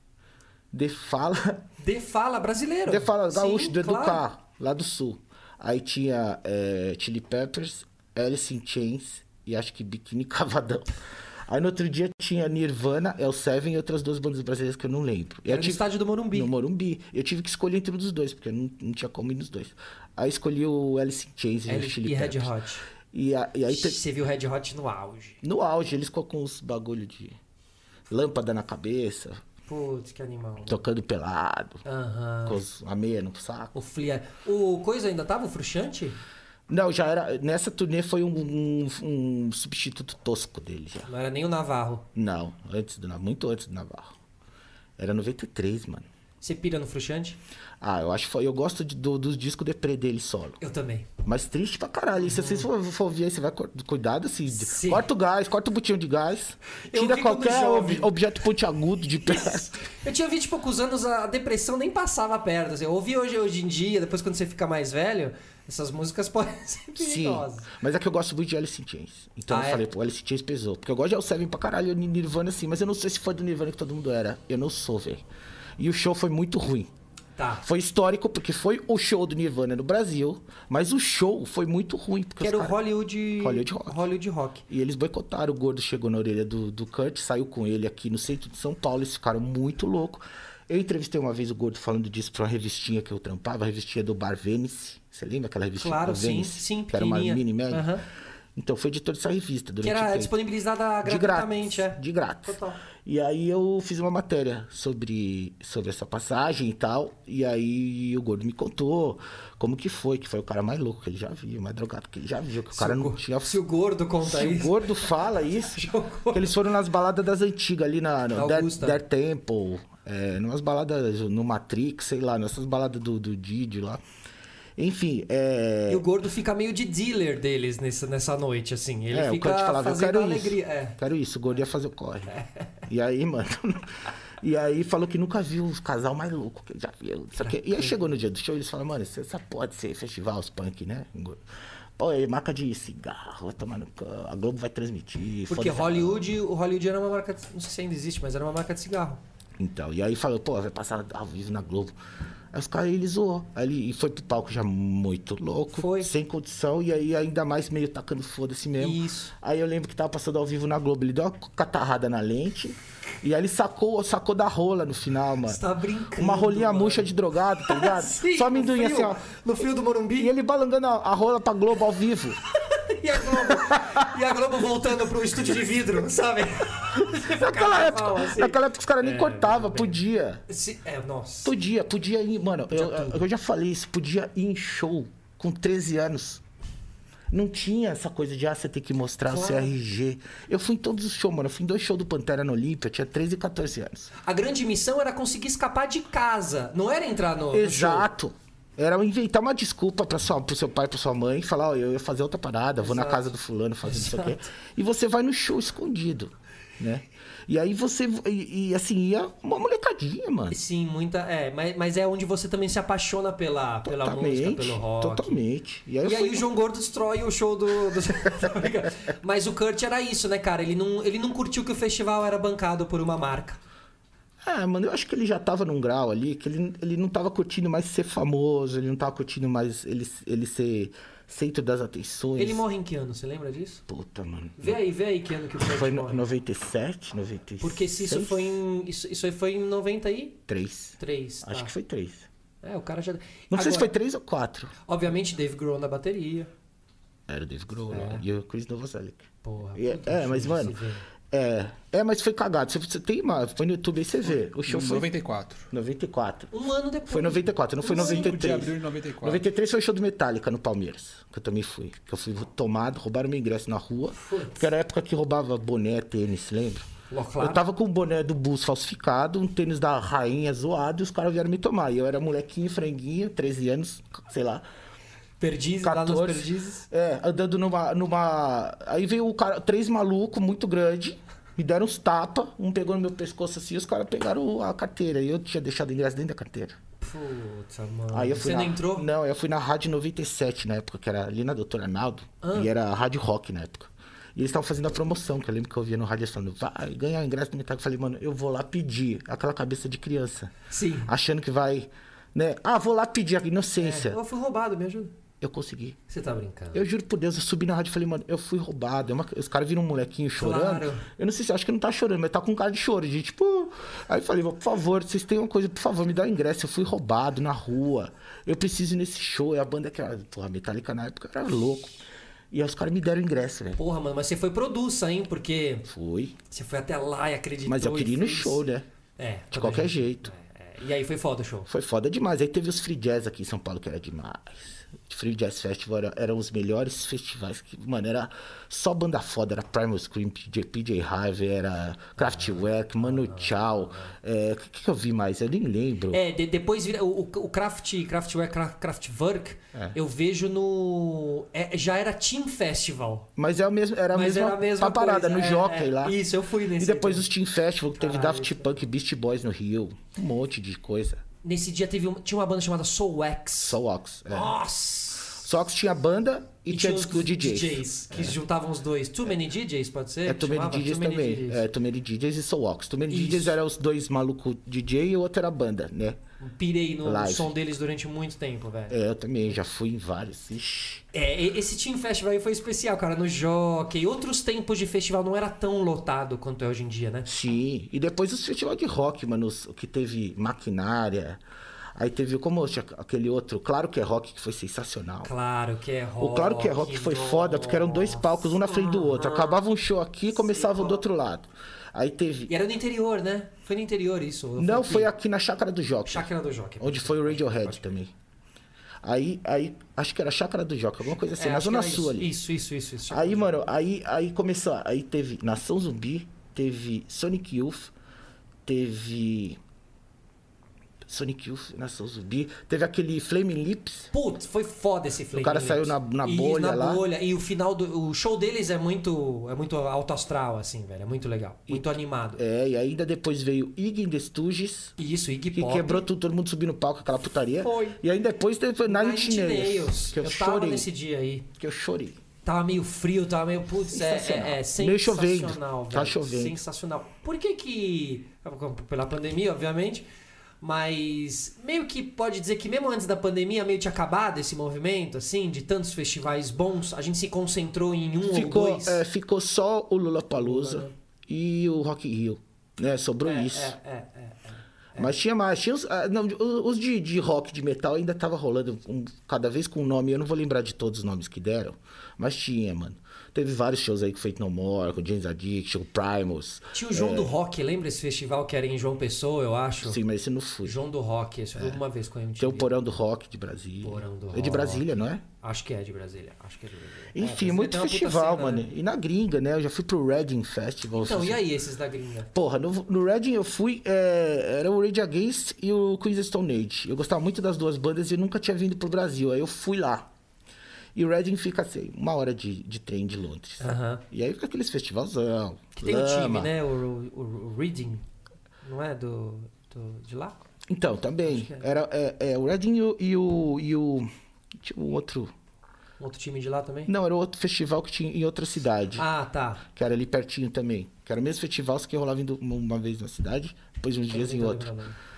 brasileiro. The Fala, gaúcho, do claro. Educar, lá do sul. Aí tinha Chili Peppers, Alice in Chains e acho que Biquíni Cavadão. Aí no outro dia tinha Nirvana, El Seven e outras duas bandas brasileiras que eu não lembro. Era no estádio do Morumbi. No Morumbi. Eu tive que escolher entre um dos dois, porque não tinha como ir nos dois. Aí escolhi o Alice in Chains e o Chili Peppers. Red Hot. E aí você viu o Red Hot no auge. No auge, eles com uns bagulho de lâmpada na cabeça. Putz, que animal. Tocando pelado. Com a meia no saco. O coisa ainda tava, o Fruxante? Não, já era. Nessa turnê foi um substituto tosco dele já. Não era nem o Navarro. Não, muito antes do Navarro. Era 93, mano. Você pira no Fruxante? Eu acho que eu gosto dos discos deprê dele solo. Eu também. Mas triste pra caralho. E se vocês for ouvir aí, você vai cuidado assim. Sim. Corta o gás, corta o botinho de gás. Tira qualquer objeto pontiagudo de perto. Eu tinha 20 e poucos anos, a depressão nem passava perto. Assim, eu ouvi hoje em dia, depois quando você fica mais velho, essas músicas podem ser perigosas. Sim, mas é que eu gosto muito de Alice in Chains. Então eu falei, pô, Alice in Chains pesou. Porque eu gosto de El Seven pra caralho, Nirvana assim. Mas eu não sei se foi do Nirvana que todo mundo era. Eu não sou, velho. E o show foi muito ruim. Tá. Foi histórico, porque foi o show do Nirvana no Brasil, mas o show foi muito ruim. Que era o Hollywood Rock. E eles boicotaram, o Gordo chegou na orelha do Kurt, saiu com ele aqui no centro de São Paulo, eles ficaram muito loucos. Eu entrevistei uma vez o Gordo falando disso pra uma revistinha que eu trampava, a revistinha do Bar Venice. Você lembra aquela revistinha? Claro, Venice, sim, que era uma mini média. Uhum. Então, foi editor dessa revista. Que era disponibilizada gratuitamente, De grátis. Total. E aí eu fiz uma matéria sobre essa passagem e tal. E aí o Gordo me contou como que foi o cara mais louco que ele já viu, mais drogado que ele já viu. Que o cara não tinha... Se o Gordo conta isso... Se o Gordo fala isso... que eles foram nas baladas das antigas ali na Dare Temple. Numas baladas no Matrix, sei lá. Nessas baladas do Didi lá. Enfim, E o Gordo fica meio de dealer deles nessa noite, assim. Ele fica o Kurt falava, fazendo alegria. Quero isso, o Gordo ia fazer o corre. E aí, mano... E aí falou que nunca viu o casal mais louco que ele já viu. E aí chegou no dia do show e eles falaram, mano, essa pode ser festival, os punk, né? Pô, é marca de cigarro, vai tomar no... A Globo vai transmitir. Porque o Hollywood era uma marca, não sei se ainda existe, mas era uma marca de cigarro. Então, e aí falou, pô, vai passar ao vivo na Globo. Aí os caras, ele zoou. Aí ele foi pro palco já muito louco, sem condição, e aí ainda mais meio tacando foda-se mesmo. Isso. Aí eu lembro que tava passando ao vivo na Globo, ele deu uma catarrada na lente, e aí ele sacou da rola no final, mano. Você tá brincando, uma rolinha murcha de drogado, tá ligado? Sim, só amendoim assim, ó. No fio do Morumbi. E ele balangando a rola pra Globo ao vivo. E a Globo voltando pro estúdio de vidro, sabe? Naquela época os caras nem cortavam, podia. Nossa. Podia ir, mano. Eu já falei isso, podia ir em show com 13 anos. Não tinha essa coisa de, você tem que mostrar o seu RG. Eu fui em todos os shows, mano. Eu fui em 2 shows do Pantera no Olímpia, eu tinha 13 e 14 anos. A grande missão era conseguir escapar de casa, não era entrar no Exato. show. Era inventar uma desculpa pro seu pai, pra sua mãe, falar, eu ia fazer outra parada, vou na casa do fulano fazer isso aqui. E você vai no show escondido, né? E aí você, assim, ia uma molecadinha, mano. Sim, muita, mas é onde você também se apaixona pela música, pelo rock. Totalmente. E aí o João Gordo destrói o show do... Mas o Kurt era isso, né, cara? Ele não curtiu que o festival era bancado por uma marca. Mano, eu acho que ele já tava num grau ali que ele não tava curtindo mais ser famoso, ele não tava curtindo mais ele ser centro das atenções. Ele morre em que ano? Você lembra disso? Puta, mano. Vê aí que ano que o Kurt foi morre. 97, 96? Porque se isso foi em... Isso aí foi em 93. 3. Acho que foi 3. O cara já... Não sei se foi 3 ou 4. Obviamente, Dave Grohl na bateria. Era o Dave Grohl, né? E o Chris Novoselic. Porra. Mas, mano... mas foi cagado. Você tem foi no YouTube aí você vê. O show foi 94. Um ano depois. Foi 94, não foi 93. 5 de abril de 94. 93 foi o show do Metallica no Palmeiras, que eu também fui. Que eu fui tomado, roubaram meu ingresso na rua. Porque era a época que roubava boné, tênis, lembra? Claro. Eu tava com o boné do Bulls falsificado, um tênis da rainha zoado, e os caras vieram me tomar. E eu era molequinho, franguinho, 13 anos, sei lá. Perdizes, 14, lá nos perdizes. Andando numa... Aí veio 3 malucos muito grande, me deram uns tapas, um pegou no meu pescoço assim, e os caras pegaram a carteira. E eu tinha deixado o ingresso dentro da carteira. Puta, mano. Aí Você não entrou? Não, eu fui na Rádio 97 na época, que era ali na Doutora Arnaldo, e era a Rádio Rock na época. E eles estavam fazendo a promoção, que eu lembro que eu via no rádio falando, vai ganhar o ingresso do Metallica. Eu falei, mano, eu vou lá pedir. Aquela cabeça de criança. Sim. Achando que vai, né? Vou lá pedir a inocência. Eu fui roubado, me ajuda. Eu consegui. Você tá brincando? Eu juro por Deus, eu subi na rádio e falei, mano, eu fui roubado. Os caras viram um molequinho chorando. Claro. Eu não sei se acho que não tá chorando, mas tá com cara de choro, de tipo. Aí eu falei, por favor, vocês têm uma coisa, por favor, me dá o ingresso. Eu fui roubado na rua. Eu preciso ir nesse show. É a banda que era. Porra, Metallica na época era louco. E aí os caras me deram o ingresso, velho. Porra, mano, mas você foi produça, hein? Porque. Fui. Você foi até lá e acreditou. Mas eu queria ir no show, né? De qualquer jeito. E aí foi foda o show? Foi foda demais. Aí teve os Free Jazz aqui em São Paulo, que era demais. Free Jazz Festival eram os melhores festivais. Mano, era só banda foda. Era Primal Scream, PJ Harvey, era Kraftwerk, Manu Chao. O que eu vi mais? Eu nem lembro. Depois vira o Kraftwerk, eu vejo no... já era Team Festival. Mas era a mesma parada, no Jockey lá. Isso, eu fui nesse. E depois os Team Festival, que teve Daft Punk, Beast Boys no Rio. Um monte de coisa. Nesse dia tinha uma banda chamada Soul Wax. Nossa! Soul Wax tinha banda e tinha disco DJs. Que juntavam os dois. Too Many DJs, pode ser? Too Many DJs também. Too Many DJs e Soul Wax. Too Many DJs eram os dois malucos DJ e o outro era a banda, né? Pirei no som deles durante muito tempo, velho. Eu também, já fui em vários. Ixi. Esse Team Festival aí foi especial, cara, no Jockey. Outros tempos de festival não era tão lotado quanto é hoje em dia, né? Sim, e depois os festivais de rock, mano, que teve Maquinária. Aí teve, aquele outro, Claro Que É Rock, que foi sensacional. Claro Que É Rock. O Claro Que É Rock foi foda, porque eram 2 palcos, um na frente do outro. Acabava um show aqui e começava do outro lado. Aí teve... E era no interior, né? Foi no interior isso? Não, foi aqui na Chácara do Jockey. Chácara do Jockey. Onde foi o Radiohead também. Aí, acho que era Chácara do Jockey, alguma coisa assim, na Zona Sul ali. Isso. Aí, mano, aí começou, aí teve Nação Zumbi, teve Sonic Youth, teve... Sonic Youth, Nação Zumbi. Teve aquele Flaming Lips. Putz, foi foda esse Flaming Lips. O cara saiu na bolha lá. E o final o show deles é muito alto astral, assim, velho. É muito legal. Muito animado. E ainda depois veio Iggy and the Stooges. Isso, Iggy que Pop. quebrou tudo, todo mundo subindo no palco, aquela putaria. Foi. E aí depois teve Nine Inch Nails. Que eu tava nesse dia aí. Que eu chorei. Tava meio frio, tava meio... Putz, é sensacional. Meio chovendo. Velho. Tá chovendo. Sensacional. Por que... Pela pandemia, obviamente... Mas meio que pode dizer que mesmo antes da pandemia meio tinha acabado esse movimento, assim, de tantos festivais bons. A gente se concentrou em ou dois. Ficou só o Lollapalooza e o Rock in Rio, né? Sobrou isso. Mas tinha mais. Tinha os de rock, de metal ainda tava rolando cada vez com um nome. Eu não vou lembrar de todos os nomes que deram. Mas tinha, mano. Teve vários shows aí com Faith No More, com James Addiction, Primals. Tinha o João do Rock, lembra esse festival que era em João Pessoa, eu acho? Sim, mas esse não fui. João do Rock, esse foi uma vez com a MTV. Tem o Porão do Rock de Brasília. Porão do É de Brasília, não é? Acho que é de Brasília. Enfim, muito festival, cena, mano. né? E na gringa, né? Eu já fui pro Reading Festival. Então, e aí esses da gringa? Porra, no Reading eu fui... era o Rage Against e o Queens of Stone Age. Eu gostava muito das duas bandas e eu nunca tinha vindo pro Brasil. Aí eu fui lá. E o Reading fica assim, 1 hora de trem de Londres. E aí fica aqueles festivalzão. Que tem um time, né? O Reading. Não é de lá? Então, também. Era o Reading e o... Tinha um outro time de lá também? Não, era outro festival que tinha em outra cidade. Ah, tá. Que era ali pertinho também. Que era o mesmo festival, só que rolava uma vez na cidade, depois uns dias em outro.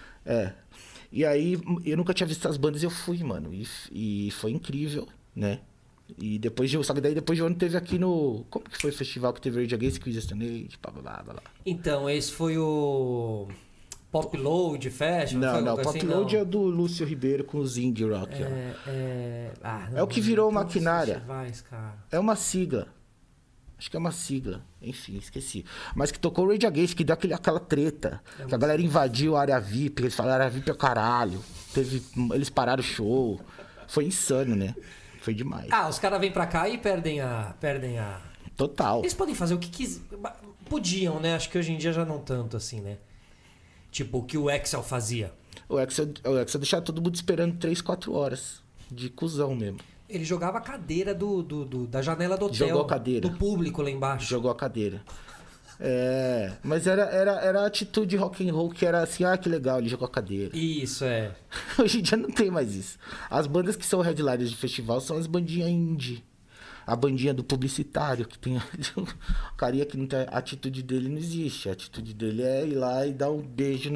E aí, eu nunca tinha visto essas bandas, eu fui, mano. E foi incrível, né? E depois só que daí depois de um ano teve aqui no... Como que foi o festival que teve Rage Against, Queens of Stone Age, blá. Então, esse foi o Pop Load Festival? Não, Pop Load é do Lúcio Ribeiro com os indie rock. É o que virou maquinária. É uma sigla. Acho que é uma sigla. Enfim, esqueci. Mas que tocou o Rage Against, que deu aquela treta. Que a galera invadiu a área VIP, eles falaram área VIP é caralho. Eles pararam o show. Foi insano, né? Foi demais. Os caras vêm pra cá e perdem a... Total. Eles podem fazer o que quiser. Podiam, né? Acho que hoje em dia já não tanto assim, né? Tipo o que o Axl fazia. O Axl deixava todo mundo esperando 3, 4 horas. De cuzão mesmo. Ele jogava a cadeira da janela do hotel. Jogou a cadeira. Do público lá embaixo. Jogou a cadeira. Mas era a atitude rock and roll que era assim, que legal, ele jogou a cadeira. Isso, Hoje em dia não tem mais isso. As bandas que são headliners de festival são as bandinhas indie. A bandinha do publicitário, que tem o carinha que não tem... A atitude dele não existe. A atitude dele é ir lá e dar um beijo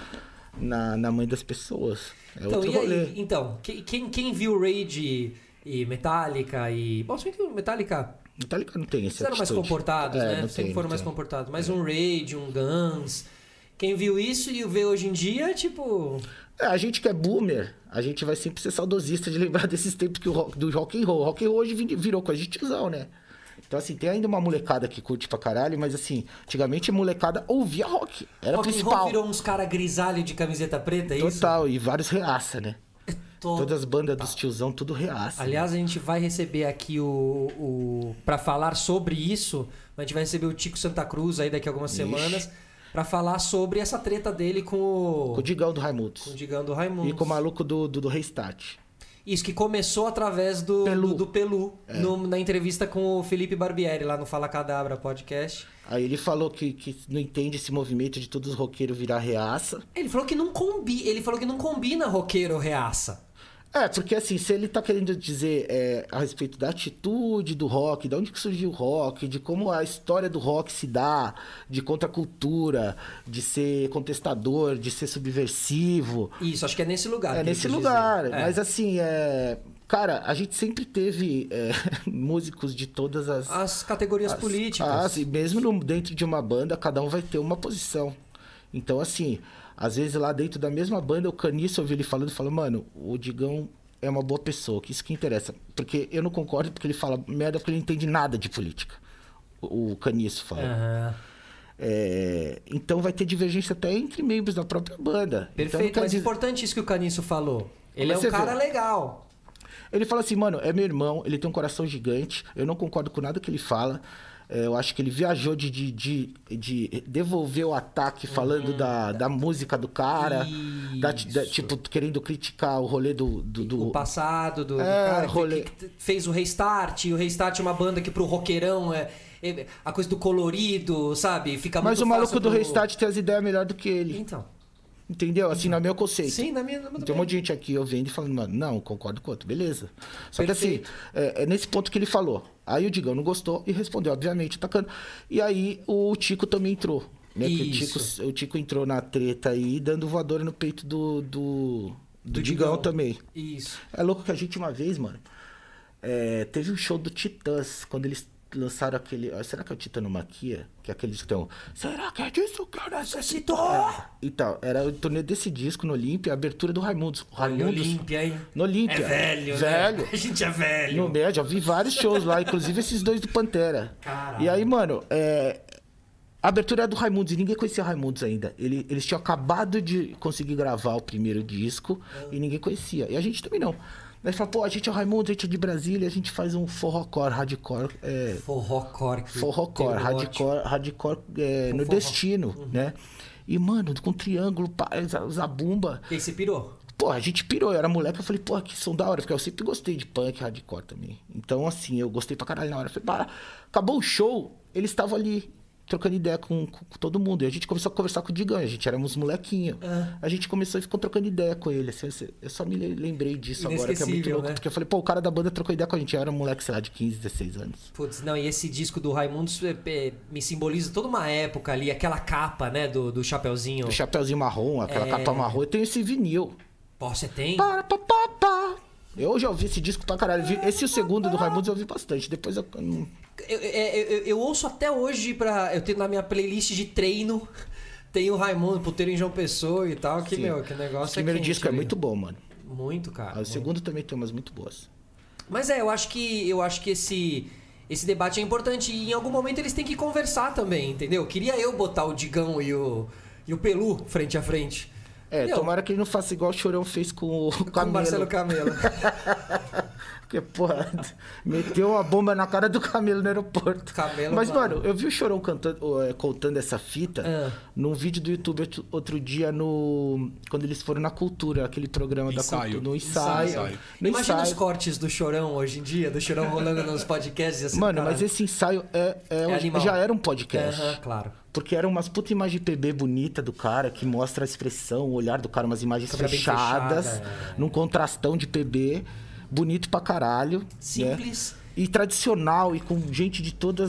na mãe das pessoas. Então, outro rolê. Aí? Então, quem viu Rage e Metallica e... Bom, se bem que o Metallica não tem esse atitude. Eles eram mais comportados, né? Sempre foram mais comportados. Mas um Rage, um Guns... Quem viu isso e o vê hoje em dia, tipo... A gente que é boomer, a gente vai sempre ser saudosista de lembrar desses tempos do rock and roll. O rock and roll hoje virou coisa de tiozão, né? Então, assim, tem ainda uma molecada que curte pra caralho, mas, assim, antigamente a molecada ouvia rock. Era rock principal. Rock and roll virou uns caras grisalhos de camiseta preta, é isso? Total, e vários reaça, né? Todas as bandas dos tiozão, tudo reaça. Aliás, a gente vai receber aqui pra falar sobre isso, a gente vai receber o Tico Santa Cruz aí daqui a algumas semanas, pra falar sobre essa treta dele com o Digão do Raimundos. Com o Digão do Raimundos. E com o maluco do Restart. Isso, que começou através do Pelu na entrevista com o Felipe Barbieri, lá no Fala Cadabra podcast. Aí ele falou que não entende esse movimento de todos os roqueiros virar reaça. Ele falou que não combina roqueiro reaça. Porque assim, se ele tá querendo dizer a respeito da atitude do rock, de onde que surgiu o rock, de como a história do rock se dá, de contracultura, de ser contestador, de ser subversivo... Isso, acho que é nesse lugar. É nesse lugar, mas assim, cara, a gente sempre teve músicos de todas as categorias políticas. E mesmo dentro de uma banda, cada um vai ter uma posição. Então, assim... Às vezes lá dentro da mesma banda, o Caniço ouviu ele falando e falou, mano, o Digão é uma boa pessoa, que isso que interessa. Porque eu não concordo porque ele fala merda porque ele não entende nada de política. O Caniço fala. Então vai ter divergência até entre membros da própria banda. Perfeito, então, mas é importante isso que o Caniço falou. Ele é um cara legal. Ele fala assim, mano, é meu irmão, ele tem um coração gigante, eu não concordo com nada que ele fala. Eu acho que ele viajou de devolver o ataque falando da música do cara. Tipo, querendo criticar o rolê do O passado do cara rolê. que fez o Restart. O Restart é uma banda que pro roqueirão a coisa do colorido, sabe? Fica Mas muito o maluco fácil do Restart tem as ideias melhor do que ele. Então. Entendeu? Assim, no meu conceito. Sim, na minha... Tem um monte de gente aqui ouvindo e falando, mano, não, concordo com o outro, beleza. Só Perfeito. que assim, é nesse ponto que ele falou. Aí o Digão não gostou e respondeu, obviamente, atacando. E aí o Tico também entrou. Né? Que o Tico entrou na treta aí, dando voadora no peito do Digão também. Isso. É louco que a gente uma vez, mano, teve um show do Titãs, quando eles lançaram aquele... Será que é o Titanomaquia? Que é aqueles que estão... Será que é disso que eu necessito? Então, era o turnê desse disco no Olímpia, a abertura do Raimundos. No Olímpia, hein? No Olímpia. É velho, né? A gente é velho. No médio, eu vi vários shows lá, inclusive esses dois do Pantera. Caralho. E aí, mano, a abertura era do Raimundos e ninguém conhecia Raimundos ainda. Eles tinham acabado de conseguir gravar o primeiro disco e ninguém conhecia. E a gente também não. Aí fala, pô, a gente é o Raimundo, a gente é de Brasília, a gente faz um forrocore, hardcore. Forrocore. Hardcore nordestino, né? E, mano, com triângulo, zabumba. E aí você pirou? Pô, a gente pirou, eu era moleque, eu falei, pô, que som da hora, porque eu sempre gostei de punk, hardcore também. Então, assim, eu gostei pra caralho na hora. Eu falei, para, acabou o show, eles estavam ali, trocando ideia com todo mundo. E a gente começou a conversar com o Digão, a gente éramos molequinho. A gente começou e ficou trocando ideia com ele. Assim, eu só me lembrei disso agora, que é muito louco. Né? Porque eu falei, pô, o cara da banda trocou ideia com a gente. Eu era um moleque, sei lá, de 15, 16 anos. Putz, não, e esse disco do Raimundos me simboliza toda uma época ali, aquela capa, né, do Chapeuzinho. O Chapeuzinho marrom, aquela capa marrom. Eu tenho esse vinil. Pô, você tem? Eu já ouvi esse disco pra caralho. Esse e o segundo do Raimundos eu ouvi bastante. Depois eu não... Eu ouço até hoje eu tenho na minha playlist de treino, tem o Raimundo, Puteiro em João Pessoa e tal, que, meu, que negócio. O primeiro disco é muito bom, mano. Muito, cara. O segundo também tem umas muito boas. Mas eu acho que esse debate é importante e em algum momento eles têm que conversar também, entendeu? Queria eu botar o Digão e o Pelu frente a frente. Tomara que ele não faça igual o Chorão fez com o Camelo. Com o Marcelo Camelo. Porque, porra, meteu uma bomba na cara do Camelo no aeroporto. Mas, mano, eu vi o Chorão contando essa fita num vídeo do YouTube outro dia quando eles foram na Cultura, aquele programa da Cultura. No ensaio. Imagina os cortes do Chorão hoje em dia, do Chorão rolando nos podcasts. Assim, mano, mas esse ensaio já era um podcast. Claro. Porque eram umas puta imagem PB bonita do cara, que mostra a expressão, o olhar do cara, umas imagens fechadas, num contrastão de PB, bonito pra caralho. Simples. Né? E tradicional, e com gente de todas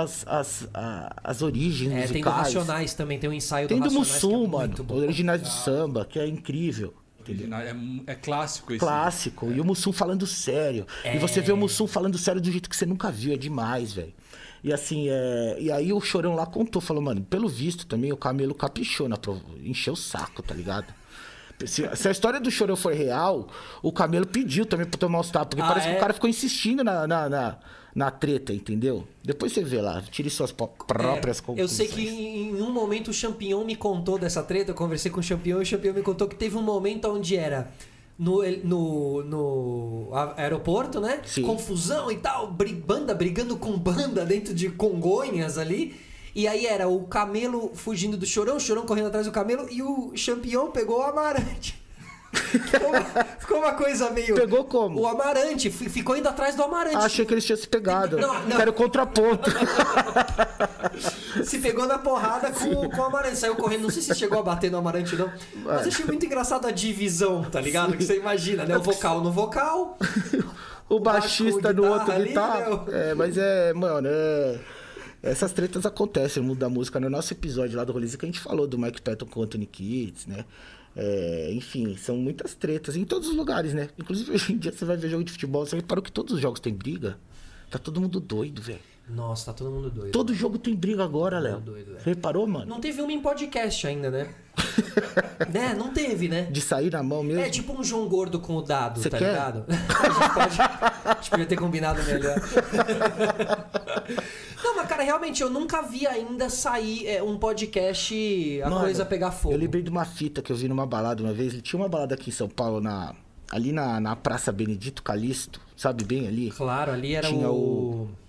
as origens musicais. Tem do Racionais também, tem um ensaio do Racionais. Tem do Mussum, mano, originais de samba, que é incrível. É clássico esse. Clássico. E o Mussum falando sério. E você vê o Mussum falando sério do jeito que você nunca viu, é demais, velho. E assim, e aí o Chorão lá contou, falou, mano, pelo visto também o Camelo caprichou encheu o saco, tá ligado? Se a história do Chorão for real, o Camelo pediu também pra tomar os tapas, porque parece que o cara ficou insistindo na treta, entendeu? Depois você vê lá, tire suas próprias conclusões. Eu sei que em um momento o Champignon me contou dessa treta, eu conversei com o Champignon e o Champignon me contou que teve um momento onde era... No aeroporto, né? Sim. Confusão e tal, banda brigando com banda dentro de Congonhas ali. E aí era o Camelo fugindo do Chorão, o Chorão correndo atrás do Camelo e o Champignon pegou o Amarante. Ficou uma coisa meio... Pegou como? O Amarante, ficou indo atrás do Amarante. Achei que eles tinham se pegado. Não. Era o contraponto. Se pegou na porrada com o Amarante. Saiu correndo, não sei se chegou a bater no Amarante não. Mas achei muito engraçado a divisão, tá ligado? Sim. Que você imagina, né? O vocal no vocal. o baixista no outro guitarra. Mas mano, essas tretas acontecem no mundo da música. No nosso episódio lá do Roliza que a gente falou do Mike Patton com o Anthony Kiedis, né? Enfim, são muitas tretas em todos os lugares, né? Inclusive hoje em dia você vai ver jogo de futebol, você reparou que todos os jogos tem briga? Tá todo mundo doido, velho. Nossa, tá todo mundo doido. Todo jogo tem briga agora, Léo. Você reparou, mano? Não teve uma em podcast ainda, né? Né? Não teve, né? De sair na mão mesmo? É tipo um João Gordo com o dado, Você tá quer? Ligado? A gente podia ter combinado melhor. Não, mas cara, realmente eu nunca vi ainda sair um podcast, coisa pegar fogo. Eu lembrei de uma fita que eu vi numa balada uma vez. Ele tinha uma balada aqui em São Paulo, ali na Praça Benedito Calixto, sabe bem ali? Claro, ali era tinha o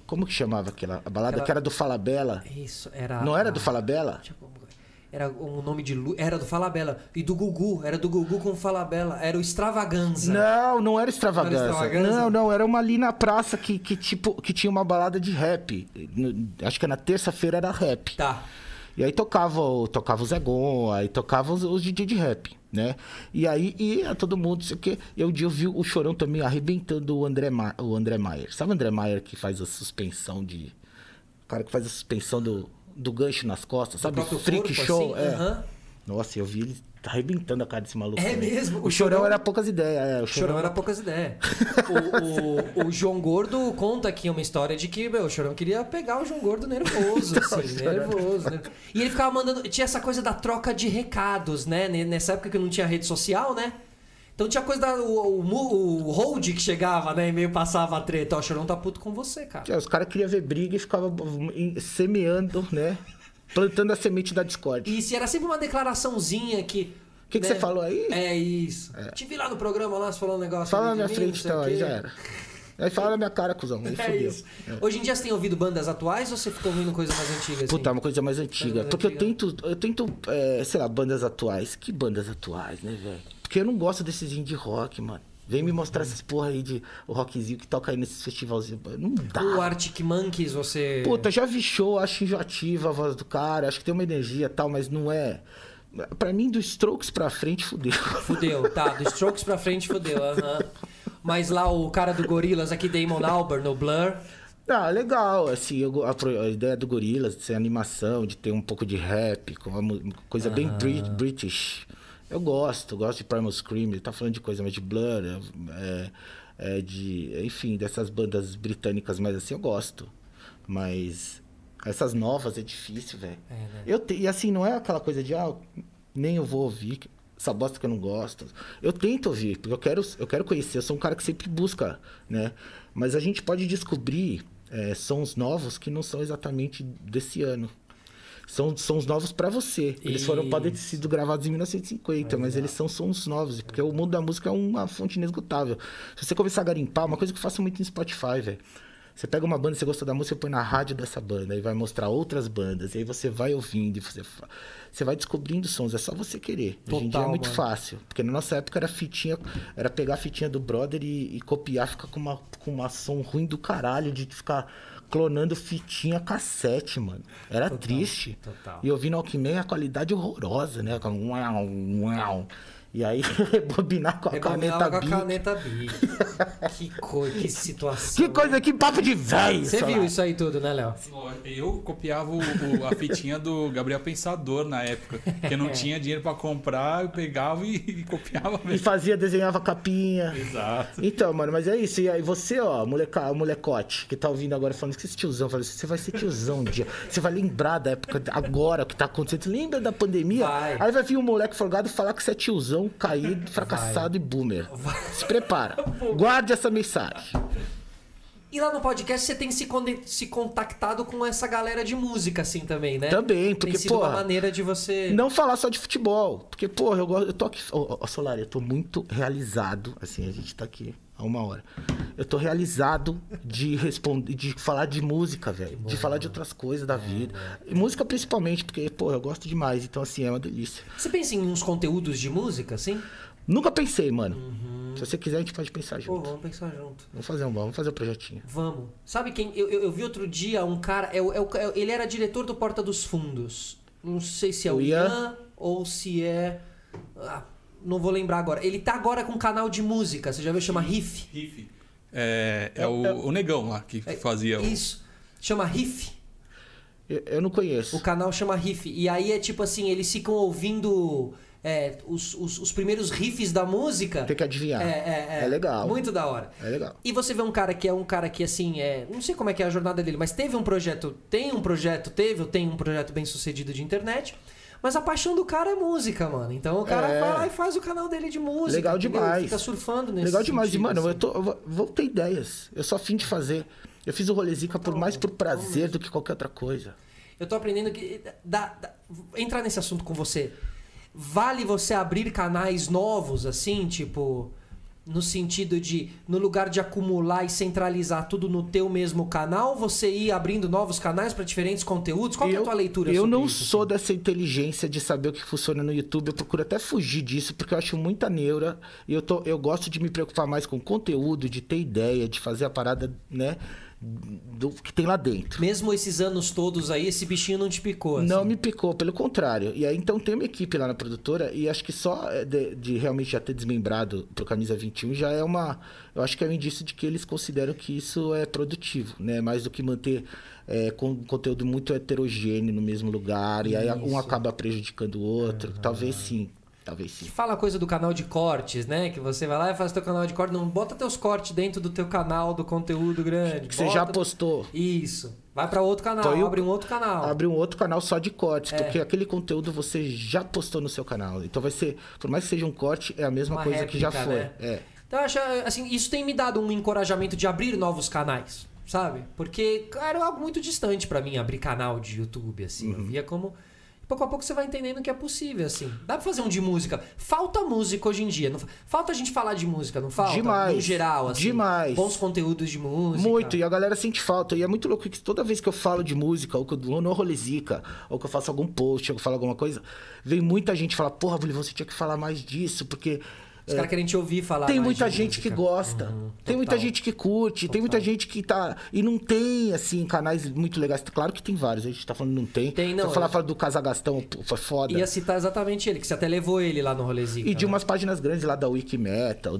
Como que chamava a balada que era do Falabella? Isso, era... Não era do Falabella? Era o nome de... Era do Falabella. E do Gugu. Era do Gugu com o Falabella. Era o Extravaganza. Não era Extravaganza. Não, era uma ali na praça que tinha uma balada de rap. Acho que na terça-feira era rap. Tá. E aí tocava o Zé Gon, aí tocava os DJ de rap, né? E aí ia todo mundo, não sei o quê. E um dia eu vi o Chorão também arrebentando o André Maier. Sabe o André Maier que faz a suspensão de... O cara que faz a suspensão do gancho nas costas, sabe? Freak show. Assim? Nossa, eu vi ele arrebentando a cara desse maluco. É mesmo? O Chorão era poucas ideias. O Chorão era poucas ideias. O João Gordo conta aqui uma história de que, o Chorão queria pegar o João Gordo nervoso, assim, nervoso. E ele ficava mandando... Tinha essa coisa da troca de recados, né? Nessa época que não tinha rede social, né? Então tinha coisa o hold que chegava, né? E meio passava a treta. Ó, o Chorão tá puto com você, cara. Os caras queriam ver briga e ficavam semeando, né? Plantando a semente da discórdia. Isso, era sempre uma declaraçãozinha que... O que você falou aí? É isso. Te vi lá no programa, lá, você falou um negócio... Fala na minha frente, então, aí já era. Aí fala na minha cara, cuzão. Aí fodeu. Isso. Hoje em dia você tem ouvido bandas atuais ou você ficou ouvindo coisa mais antiga? Assim? Puta, uma coisa mais antiga. Porque eu tento, sei lá, bandas atuais. Que bandas atuais, né, velho? Porque eu não gosto desses indie rock, mano. Vem me mostrar essas porra aí de o rockzinho que toca aí nesses festivalzinhos. Não dá. O Arctic Monkeys, você... Puta, já vi show, acho enjoativa a voz do cara, acho que tem uma energia e tal, mas não é... Pra mim, do Strokes pra frente, fudeu. Fudeu, tá. Do Strokes pra frente, fudeu. Mas lá o cara do Gorillaz aqui, Damon Albarn, no Blur... Ah, legal, assim, a ideia do Gorillaz, de ser animação, de ter um pouco de rap, com uma coisa bem British... Eu gosto de Primal Scream, ele tá falando de coisa mais de Blur, enfim, dessas bandas britânicas mais assim, eu gosto. Mas essas novas é difícil, velho. Né? E assim, não é aquela coisa de, nem eu vou ouvir, essa bosta que eu não gosto. Eu tento ouvir, porque eu quero conhecer, eu sou um cara que sempre busca, né? Mas a gente pode descobrir sons novos que não são exatamente desse ano. São sons novos pra você. Eles podem ter sido gravados em 1950, mas eles são sons novos, porque o mundo da música é uma fonte inesgotável. Se você começar a garimpar, uma coisa que eu faço muito no Spotify, velho. Você pega uma banda, você gosta da música, você põe na rádio dessa banda, e vai mostrar outras bandas, e aí você vai ouvindo, e você vai descobrindo sons, é só você querer. Hoje em dia é muito fácil, porque na nossa época era pegar a fitinha do brother e copiar, ficar com uma som ruim do caralho, de ficar clonando fitinha cassete, mano. Era triste. Total. E ouvindo Walkman, a qualidade horrorosa, né? E aí, rebobinar com a caneta Bic. Que situação. Que coisa, que papo de velho. Você viu isso aí tudo, né, Léo? Eu copiava a fitinha do Gabriel Pensador na época. Porque não tinha dinheiro pra comprar, eu pegava e copiava mesmo. E desenhava capinha. Exato. Então, mano, mas é isso. E aí você, ó, molecote, que tá ouvindo agora falando que esse tiozão, você vai ser tiozão um dia. Você vai lembrar da época, agora, o que tá acontecendo. Você lembra da pandemia? Aí vai vir um moleque folgado falar que você é tiozão, caído, fracassado e boomer. Se prepara. Guarde essa mensagem. E lá no podcast você tem se contactado com essa galera de música, assim, também, né? Também, porque, tem sido uma maneira de você... Não falar só de futebol. Porque, porra, eu tô aqui... Solari, eu tô muito realizado. Assim, a gente tá aqui há 1 hora. Eu tô realizado de falar de música, velho. De falar de outras coisas da vida. E música principalmente, porque, porra, eu gosto demais. Então, assim, é uma delícia. Você pensa em uns conteúdos de música, assim? Nunca pensei, mano. Se você quiser, a gente pode pensar junto. Pô, vamos pensar junto. Vamos fazer um projetinho. Vamos. Sabe quem? Eu vi outro dia um cara... ele era diretor do Porta dos Fundos. Não sei se é o Ian ou se é... não vou lembrar agora. Ele tá agora com um canal de música. Você já viu? Chama Riff. Riff. O Negão lá que fazia... Isso. Chama Riff. Eu não conheço. O canal chama Riff. E aí é tipo assim, eles ficam ouvindo... os primeiros riffs da música. Tem que adivinhar. É legal. Muito da hora. É legal. E você vê um cara que assim, não sei como é que é a jornada dele, mas tem um projeto bem sucedido de internet, mas a paixão do cara é música, mano. Então o cara vai lá e faz o canal dele de música. Legal demais. Fica surfando nesse Legal demais. sentido, E, mano, assim. eu vou ter ideias. Eu sou afim de fazer. Eu fiz o Rolezica mais por prazer do que qualquer outra coisa. Eu tô aprendendo que... entrar nesse assunto com você... Vale você abrir canais novos, assim, tipo... No sentido de, no lugar de acumular e centralizar tudo no teu mesmo canal, você ir abrindo novos canais para diferentes conteúdos? Qual que é a tua leitura sobre isso? Eu não sou dessa inteligência de saber o que funciona no YouTube. Eu procuro até fugir disso, porque eu acho muita neura. E eu gosto de me preocupar mais com conteúdo, de ter ideia, de fazer a parada, né, do que tem lá dentro. Mesmo esses anos todos aí, esse bichinho não te picou? Assim? Não me picou, pelo contrário. E aí, então, tem uma equipe lá na produtora, e acho que só de realmente já ter desmembrado pro Camisa 21 já é uma... Eu acho que é um indício de que eles consideram que isso é produtivo, né? Mais do que manter com conteúdo muito heterogêneo no mesmo lugar, e aí um acaba prejudicando o outro. Talvez sim. Talvez sim. Fala a coisa do canal de cortes, né? Que você vai lá e faz teu canal de corte. Não, bota teus cortes dentro do teu canal do conteúdo grande. Que você já postou. Isso. Vai para outro canal, então, abre um outro canal. Abre um outro canal só de cortes, porque aquele conteúdo você já postou no seu canal. Então vai ser, por mais que seja um corte, é a mesma coisa réplica, que já foi. Né? Então eu acho, assim, isso tem me dado um encorajamento de abrir novos canais, sabe? Porque era algo muito distante para mim abrir canal de YouTube, assim. Eu via como... Pouco a pouco você vai entendendo que é possível, assim. Dá pra fazer um de música. Falta música hoje em dia. Não... Falta a gente falar de música, não falta? Demais. No geral, assim. Demais. Bons conteúdos de música. Muito. E a galera sente falta. E é muito louco que toda vez que eu falo de música, ou que eu dou no Rolezica, ou que eu faço algum post, ou que eu falo alguma coisa, vem muita gente falar, porra, você tinha que falar mais disso, porque... Os caras querem te ouvir falar. Tem muita gente que gosta. Tem muita gente que curte. Tem muita gente que tá... E não tem, assim, canais muito legais. Claro que tem vários. A gente tá falando não tem. Tem, não. Você fala do Casagastão, foi foda. Ia citar exatamente ele, que você até levou ele lá no Rolezica. E de umas páginas grandes lá da Wikimetal,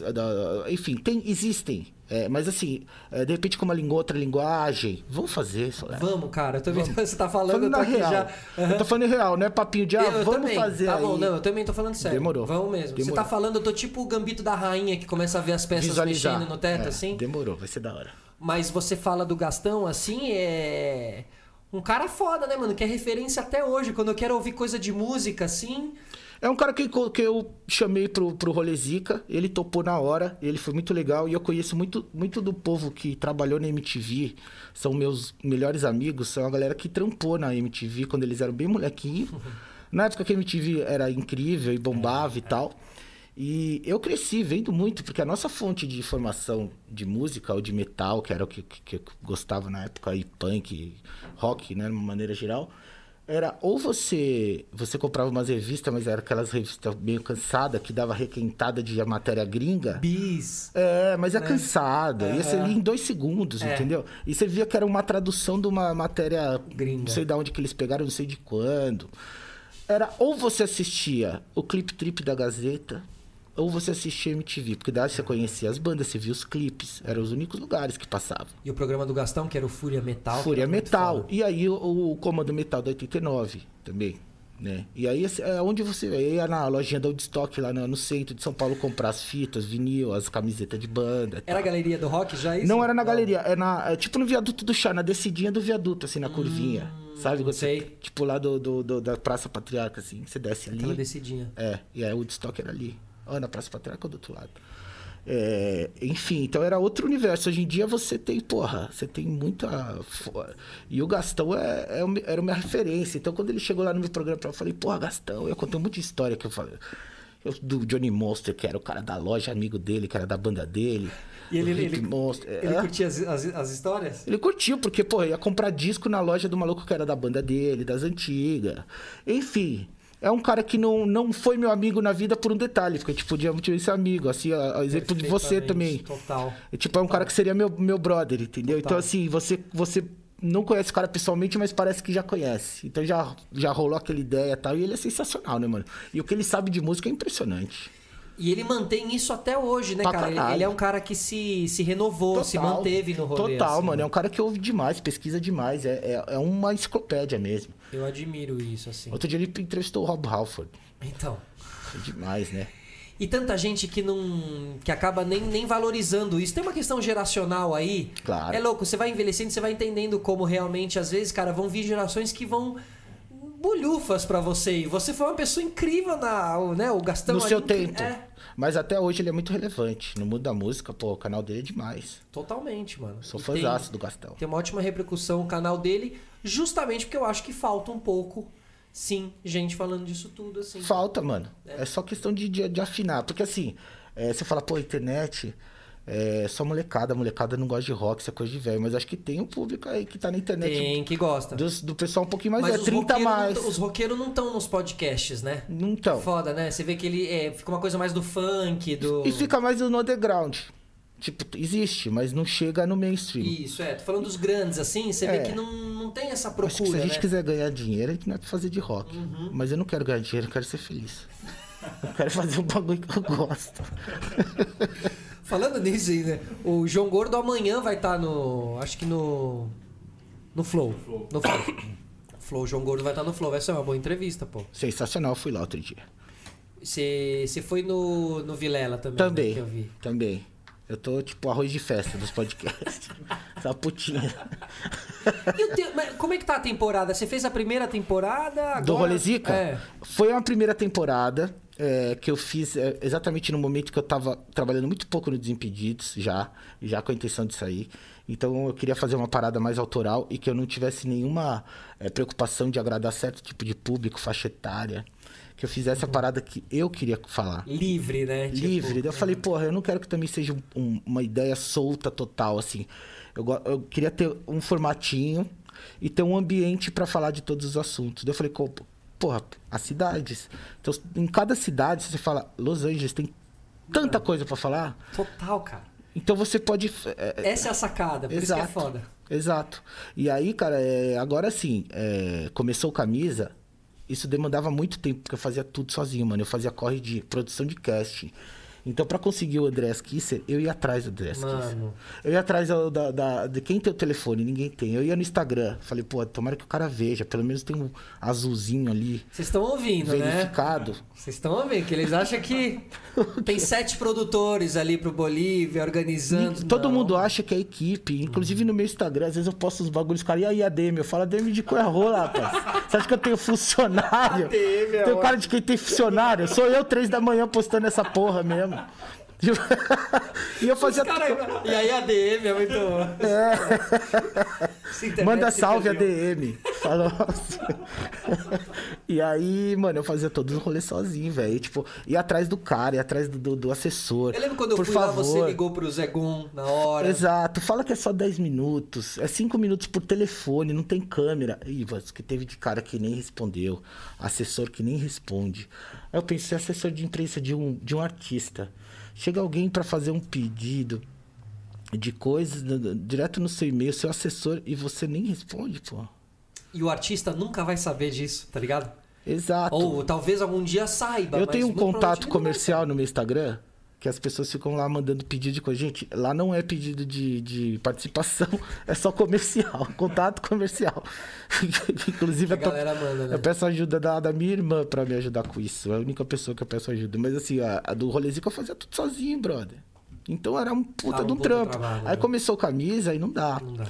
enfim, existem. Mas assim, de repente com uma outra linguagem, vamos fazer, Soler. Vamos, cara. Eu também você tá falando, eu tô aqui real. já. Eu tô falando em real, não é papinho de vamos também. fazer tá aí. Bom, não, eu também tô falando sério. Demorou. Vamos mesmo. Demorou. Você tá falando, eu tô tipo o Gambito da Rainha que começa a ver as peças mexendo no teto, assim. Demorou, vai ser da hora. Mas você fala do Gastão, assim, é... Um cara foda, né, mano? Que é referência até hoje. Quando eu quero ouvir coisa de música, assim... É um cara que eu chamei pro Rolezica, ele topou na hora, ele foi muito legal, e eu conheço muito do povo que trabalhou na MTV, são meus melhores amigos, são a galera que trampou na MTV quando eles eram bem molequinhos, na época que a MTV era incrível e bombava e tal, e eu cresci vendo muito, porque a nossa fonte de informação de música ou de metal, que era o que eu gostava na época, e punk, rock, né, de uma maneira geral... Era ou você comprava umas revistas, mas era aquelas revistas meio cansadas, que dava requentada de matéria gringa. Bis. Mas é cansada. Ia ser em 2 segundos, entendeu? E você via que era uma tradução de uma matéria gringa. Não sei de onde que eles pegaram, não sei de quando. Era ou você assistia o Clip Trip da Gazeta, ou você assistia MTV, porque daí você conhecia as bandas, você via os clipes, eram os únicos lugares que passavam. E o programa do Gastão, que era o Fúria Metal. Fúria Metal. E aí o Comando Metal da 89 também, né? E aí é onde você ia na lojinha da Woodstock, lá no centro de São Paulo, comprar as fitas, vinil, as camisetas de banda. Era a Galeria do Rock já isso? Não era na galeria, é tipo no viaduto do chá, na descidinha do viaduto, assim, na curvinha. Sabe? Sei. Tipo lá da Praça Patriarca, assim, você desce ali. Aquela descidinha. E aí o Woodstock era ali. Na Praça Patriarca do outro lado. Enfim, então era outro universo. Hoje em dia você tem muita... E o Gastão era uma referência. Então quando ele chegou lá no meu programa, eu falei, porra, Gastão, eu contei um monte de história que eu falei. Do Johnny Monster, que era o cara da loja, amigo dele, que era da banda dele. E ele curtia as histórias? Ele curtiu, porque, pô, ia comprar disco na loja do maluco que era da banda dele, das antigas. Enfim... É um cara que não foi meu amigo na vida por um detalhe, porque a gente podia ser amigo, assim, exemplo de você também. Total. É um cara que seria meu brother, entendeu? Total. Então, assim, você não conhece o cara pessoalmente, mas parece que já conhece. Então já rolou aquela ideia e tal, e ele é sensacional, né, mano? E o que ele sabe de música é impressionante. E ele mantém isso até hoje, né, cara? Ele é um cara que se renovou, total, se manteve no rolê. Total, assim, mano. É um cara que ouve demais, pesquisa demais. É uma enciclopédia mesmo. Eu admiro isso, assim. Outro dia ele entrevistou o Rob Halford. Então. É demais, né? E tanta gente que acaba nem valorizando isso. Tem uma questão geracional aí. Claro. É louco, você vai envelhecendo, você vai entendendo como realmente, às vezes, cara, vão vir gerações que vão... bolhufas pra você. E você foi uma pessoa incrível né? O Gastão... No seu tempo. Mas até hoje ele é muito relevante. No mundo da música, pô, o canal dele é demais. Totalmente, mano. Sou fãzaço do Gastão. Tem uma ótima repercussão o canal dele, justamente porque eu acho que falta um pouco, sim, gente falando disso tudo, assim. Falta, mano. É só questão de afinar. Porque assim, Você fala, pô, internet... só molecada não gosta de rock, isso é coisa de velho. Mas acho que tem um público aí que tá na internet. Tem, que gosta. Do pessoal um pouquinho mais, mas 30 mais. Os roqueiros não estão nos podcasts, né? Não estão. Foda, né? Você vê que ele fica uma coisa mais do funk, do... E fica mais no underground. Tipo, existe, mas não chega no mainstream. Isso, tô falando dos grandes, assim, você vê que não tem essa procura, acho que se a gente né? quiser ganhar dinheiro, a gente não é pra fazer de rock. Mas eu não quero ganhar dinheiro, eu quero ser feliz. Eu quero fazer um bagulho que eu gosto. Falando nisso aí, né? O João Gordo amanhã vai estar acho que no Flow. No Flow. O João Gordo vai estar no Flow. Vai ser uma boa entrevista, pô. Sensacional, fui lá outro dia. Você foi no Vilela também, Também, né, que eu vi. também. Eu tô tipo arroz de festa dos podcasts. Essa putinha. Mas como é que tá a temporada? Você fez a primeira temporada? Agora... Do Rolezica? Foi uma primeira temporada que eu fiz exatamente no momento que eu tava trabalhando muito pouco no Desimpedidos, já com a intenção de sair. Então eu queria fazer uma parada mais autoral e que eu não tivesse nenhuma preocupação de agradar certo tipo de público, faixa etária. Que eu fizesse a parada que eu queria falar. Livre, né? Livre. Tipo, eu falei, porra, eu não quero que também seja uma ideia solta total, assim. Eu queria ter um formatinho e ter um ambiente pra falar de todos os assuntos. Daí eu falei, porra, as cidades. Então, em cada cidade, você fala, Los Angeles tem tanta coisa pra falar. Total, cara. Então você pode... Essa é a sacada, por exato, isso que é foda. Exato. E aí, cara, agora sim, começou o Camisa... Isso demandava muito tempo, porque eu fazia tudo sozinho, mano. Eu fazia corre de produção de casting. Então, pra conseguir o Andreas Kisser, eu ia atrás do Andreas Kisser. Eu ia atrás de quem tem o telefone, ninguém tem. Eu ia no Instagram, falei, pô, tomara que o cara veja. Pelo menos tem um azulzinho ali. Vocês estão ouvindo, verificado. Né? Vocês estão ouvindo, que eles acham que tem 7 produtores ali pro Bolívia, organizando. Todo mundo acha que é equipe. Inclusive no meu Instagram, às vezes eu posto os bagulhos, cara, e aí, ADM? Eu falo, ADM de cor rola, rapaz. Você acha que eu tenho funcionário? ADM, tenho cara de quem tem funcionário. Sou eu 3 da manhã postando essa porra mesmo. E eu fazia E aí a DM é muito... Manda salve a DM. Falou assim. E aí, mano, eu fazia todos os rolês sozinho, velho. Tipo, ia atrás do cara, ia atrás do assessor. Eu lembro quando eu fui lá, você ligou pro Zé Gon na hora. Exato. Fala que é só 10 minutos. É 5 minutos por telefone, não tem câmera. Ih, que teve de cara que nem respondeu. Assessor que nem responde. Aí eu pensei, assessor de imprensa de um artista. Chega alguém para fazer um pedido de coisas direto no seu e-mail, seu assessor, e você nem responde, pô. E o artista nunca vai saber disso, tá ligado? Exato. Ou talvez algum dia saiba. Eu tenho um contato comercial no meu Instagram, que as pessoas ficam lá mandando pedido de coisa. Gente, lá não é pedido de participação, é só comercial, contato comercial. Inclusive, manda, né? Eu peço ajuda da minha irmã pra me ajudar com isso. É a única pessoa que eu peço ajuda. Mas assim, a do Rolezica eu fazia tudo sozinho, brother. Então era um puta de um trampo. Trabalho, aí né? começou Camisa, aí não dá. Não dá.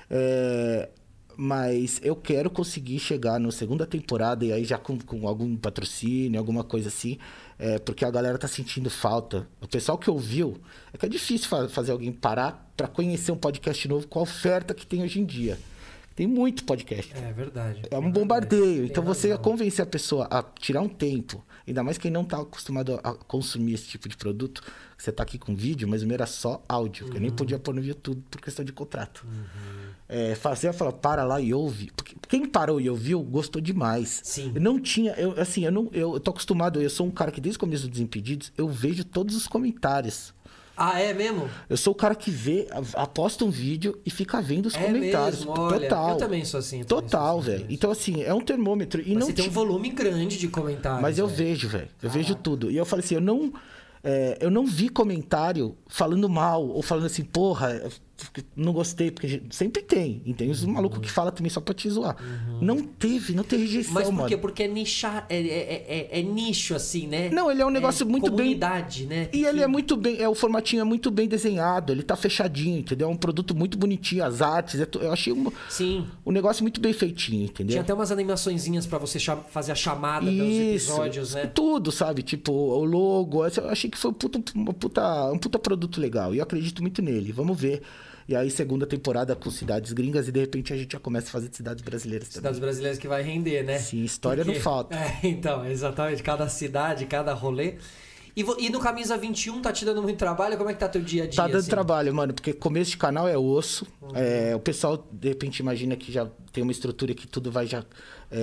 Mas eu quero conseguir chegar na segunda temporada e aí já com algum patrocínio, alguma coisa assim, porque a galera tá sentindo falta. O pessoal que ouviu, é que é difícil fazer alguém parar pra conhecer um podcast novo com a oferta que tem hoje em dia. Tem muito podcast. É verdade. É um bombardeio. Então você convencer a pessoa a tirar um tempo, ainda mais quem não tá acostumado a consumir esse tipo de produto, você tá aqui com vídeo, mas o meu era só áudio, que eu nem podia pôr no YouTube por questão de contrato. Você fala, para lá e ouve. Porque quem parou e ouviu, gostou demais. Sim. Eu não tinha, eu tô acostumado, eu sou um cara que desde o começo do Desimpedidos, eu vejo todos os comentários. Ah, é mesmo? Eu sou o cara que aposta um vídeo e fica vendo os comentários. Mesmo? Olha, total. Eu também sou assim. Total, velho. Então, assim, é um termômetro. E mas não você tem um volume grande de comentários. Mas eu vejo, velho. Eu vejo tudo. E eu falei assim, eu não vi comentário falando mal ou falando assim, porra, não gostei, porque sempre tem. E tem os malucos que falam também só pra te zoar. Não teve rejeição, mas por quê? mano. Porque é nichar, é nicho, assim, né? Não, ele é um negócio muito comunidade, bem... né? E ele é muito bem... o formatinho é muito bem desenhado, ele tá fechadinho, entendeu? É um produto muito bonitinho, as artes... Eu achei Sim. Um negócio muito bem feitinho, entendeu? Tinha até umas animaçõezinhas pra você fazer a chamada dos episódios, né? Tudo, sabe? Tipo, o logo... Eu achei que foi um puta produto legal. E eu acredito muito nele. Vamos ver. E aí, segunda temporada com cidades gringas e de repente a gente já começa a fazer de cidades brasileiras também. Cidades brasileiras que vai render, né? Sim, história não falta. Então, exatamente. Cada cidade, cada rolê. E no Camisa 21 tá te dando muito trabalho? Como é que tá teu dia a dia? Tá dando assim? trabalho, mano, porque começo de canal é osso. O pessoal, de repente, imagina que já tem uma estrutura que tudo vai já...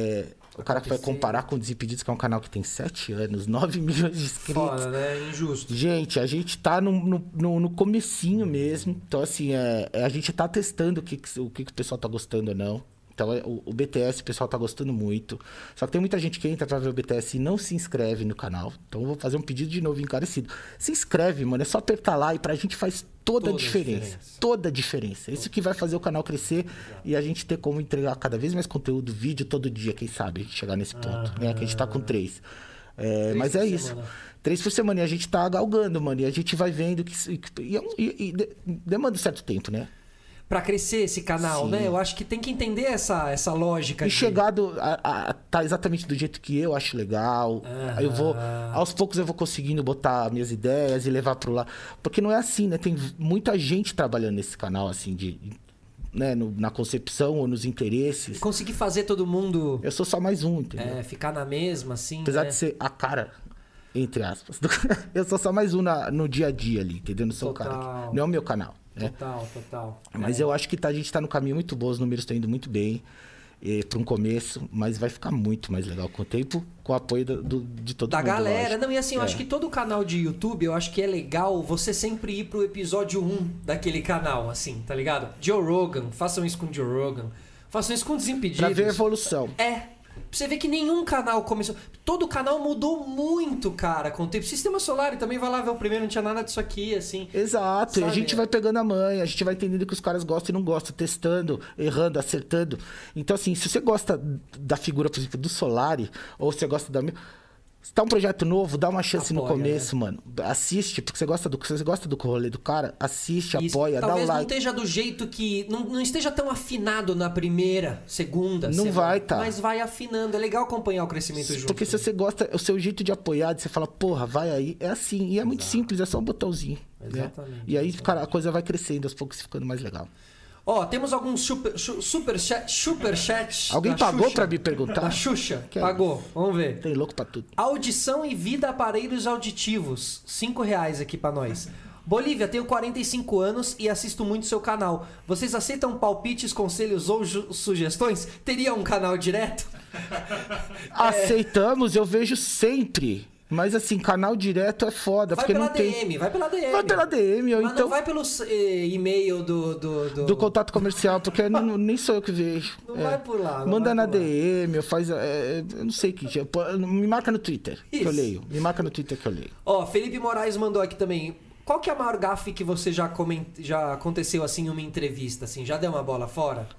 o cara que vai comparar com o Desimpedidos, que é um canal que tem 7 anos, 9 milhões de inscritos. Foda, né? Injusto. Gente, a gente tá no comecinho mesmo. Então, assim, a gente tá testando o que o pessoal tá gostando ou não. Então, o BTS, o pessoal tá gostando muito. Só que tem muita gente que entra pra ver o BTS e não se inscreve no canal. Então, eu vou fazer um pedido de novo encarecido. Se inscreve, mano. É só apertar lá e pra gente faz toda a diferença. Toda a diferença. Isso que vai fazer o canal crescer e a gente ter como entregar cada vez mais conteúdo, vídeo todo dia, quem sabe, a gente chegar nesse ponto. Né? Que a gente tá com 3. Mas é isso. 3 por semana. E a gente tá galgando, mano. E a gente vai vendo que... E demanda um certo tempo, né? Pra crescer esse canal, Sim. né? Eu acho que tem que entender essa lógica. E chegado tá exatamente do jeito que eu acho legal. Aí eu vou... Aos poucos eu vou conseguindo botar minhas ideias e levar pro lado. Porque não é assim, né? Tem muita gente trabalhando nesse canal, assim, né? Na concepção ou nos interesses. E conseguir fazer todo mundo... Eu sou só mais um, entendeu? Ficar na mesma, assim, Apesar né? de ser a cara, entre aspas. Eu sou só mais um no dia a dia ali, entendeu? Não sou o cara. Não é o meu canal. Total. Mas eu acho que a gente tá no caminho muito bom, os números estão indo muito bem para um começo, mas vai ficar muito mais legal com o tempo, com o apoio de todo mundo. Da galera. Lógico. Não, e assim, eu acho que todo canal de YouTube, eu acho que é legal você sempre ir pro episódio 1 daquele canal, assim, tá ligado? Joe Rogan, façam isso com o Joe Rogan, façam isso com o Desimpedidos. Pra ver a evolução. Pra você ver que nenhum canal começou... Todo canal mudou muito, cara, com o tempo. Sistema Solar, e também vai lá ver o primeiro, não tinha nada disso aqui, assim. Exato, sabe? E a gente vai pegando a manha, a gente vai entendendo que os caras gostam e não gostam, testando, errando, acertando. Então, assim, se você gosta da figura, por exemplo, do Solari, ou você gosta da... Se tá um projeto novo, dá uma chance no começo, né? Mano. Assiste, porque você gosta do rolê do cara, assiste, apoia, dá o like. Talvez não esteja do jeito que... Não esteja tão afinado na primeira, segunda, não vai, tá. Mas vai afinando. É legal acompanhar o crescimento junto. Porque se você gosta, o seu jeito de apoiar, de você fala, porra, vai aí, é assim. E é muito simples, é só um botãozinho. Exatamente. Né? E aí, cara, a coisa vai crescendo, aos poucos ficando mais legal. Temos alguns superchats. Alguém pagou Xuxa, pra me perguntar? Da Xuxa. Pagou. Vamos ver. Tem louco pra tudo. Audição e vida aparelhos auditivos. R$5 aqui pra nós. Bolívia, tenho 45 anos e assisto muito seu canal. Vocês aceitam palpites, conselhos ou sugestões? Teria um canal direto? Aceitamos, eu vejo sempre. Mas assim, canal direto é foda. Vai porque pela não DM, tem... vai pela DM. Vai pela DM, ou mas então... não vai pelo e-mail do contato comercial, porque nem sou eu que vejo. Não vai por lá. Manda na DM, eu não sei o que. Me marca no Twitter, que eu leio. Me marca no Twitter que eu leio. Felipe Moraes mandou aqui também. Qual que é a maior gafe que você já aconteceu assim em uma entrevista? Assim, já deu uma bola fora?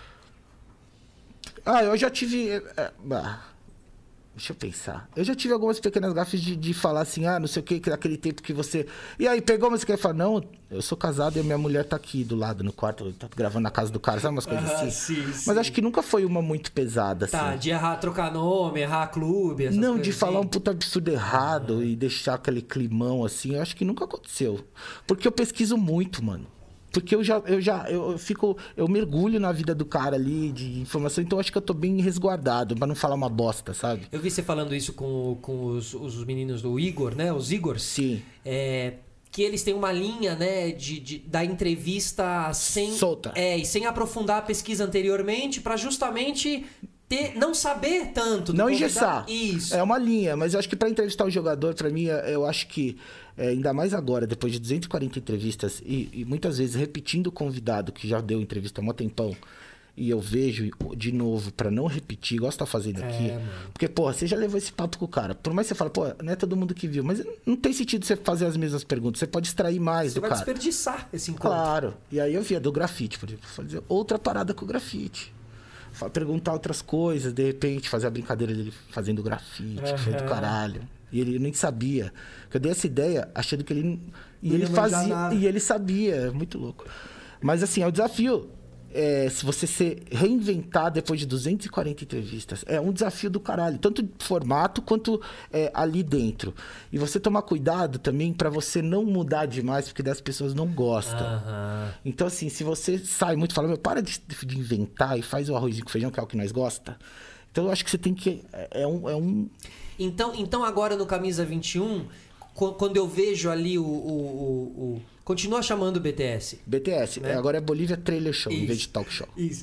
Eu já tive... Deixa eu pensar. Eu já tive algumas pequenas gafes de falar assim, não sei o que, aquele tempo que você... E aí, pegou, mas você quer falar, não, eu sou casado e a minha mulher tá aqui do lado, no quarto, tá gravando na casa do cara, sabe umas coisas assim? Sim. Mas acho que nunca foi uma muito pesada, assim. Tá, de errar, trocar nome, errar clube, essas coisas. Não, de falar um puta absurdo errado e deixar aquele climão, assim, eu acho que nunca aconteceu. Porque eu pesquiso muito, mano. Porque eu mergulho na vida do cara ali, de informação, então acho que eu tô bem resguardado, pra não falar uma bosta, sabe? Eu vi você falando isso com os meninos do Igor, né? Os Igors. Sim. Que eles têm uma linha, né, da entrevista sem... solta. E sem aprofundar a pesquisa anteriormente, pra justamente... não saber tanto. Não engessar. Isso. É uma linha, mas eu acho que pra entrevistar o jogador, pra mim, eu acho que, ainda mais agora, depois de 240 entrevistas, e muitas vezes repetindo o convidado que já deu entrevista há um tempão, e eu vejo de novo pra não repetir, igual você tá fazendo aqui. Mano. Porque, porra, você já levou esse papo com o cara. Por mais que você fale, não é todo mundo que viu, mas não tem sentido você fazer as mesmas perguntas. Você pode extrair mais do cara. Você vai desperdiçar esse encontro. Claro. E aí eu via do grafite, por exemplo, fazer outra parada com o grafite. Perguntar outras coisas, de repente, fazer a brincadeira dele fazendo grafite, que foi do caralho. E ele nem sabia. Eu dei essa ideia achando que ele... E ele fazia, e ele sabia. Muito louco. Mas assim, é o desafio. Se você se reinventar depois de 240 entrevistas, é um desafio do caralho. Tanto de formato quanto ali dentro. E você tomar cuidado também pra você não mudar demais, porque das pessoas não gostam. Então, assim, se você sai muito falando, para de inventar e faz o arrozinho com feijão, que é o que nós gosta. Então, eu acho que você tem que... Então, agora no Camisa 21... quando eu vejo ali continua chamando BTS. BTS, né? Agora é Bolívia Trailer Show, Isso. em vez de talk show. Isso.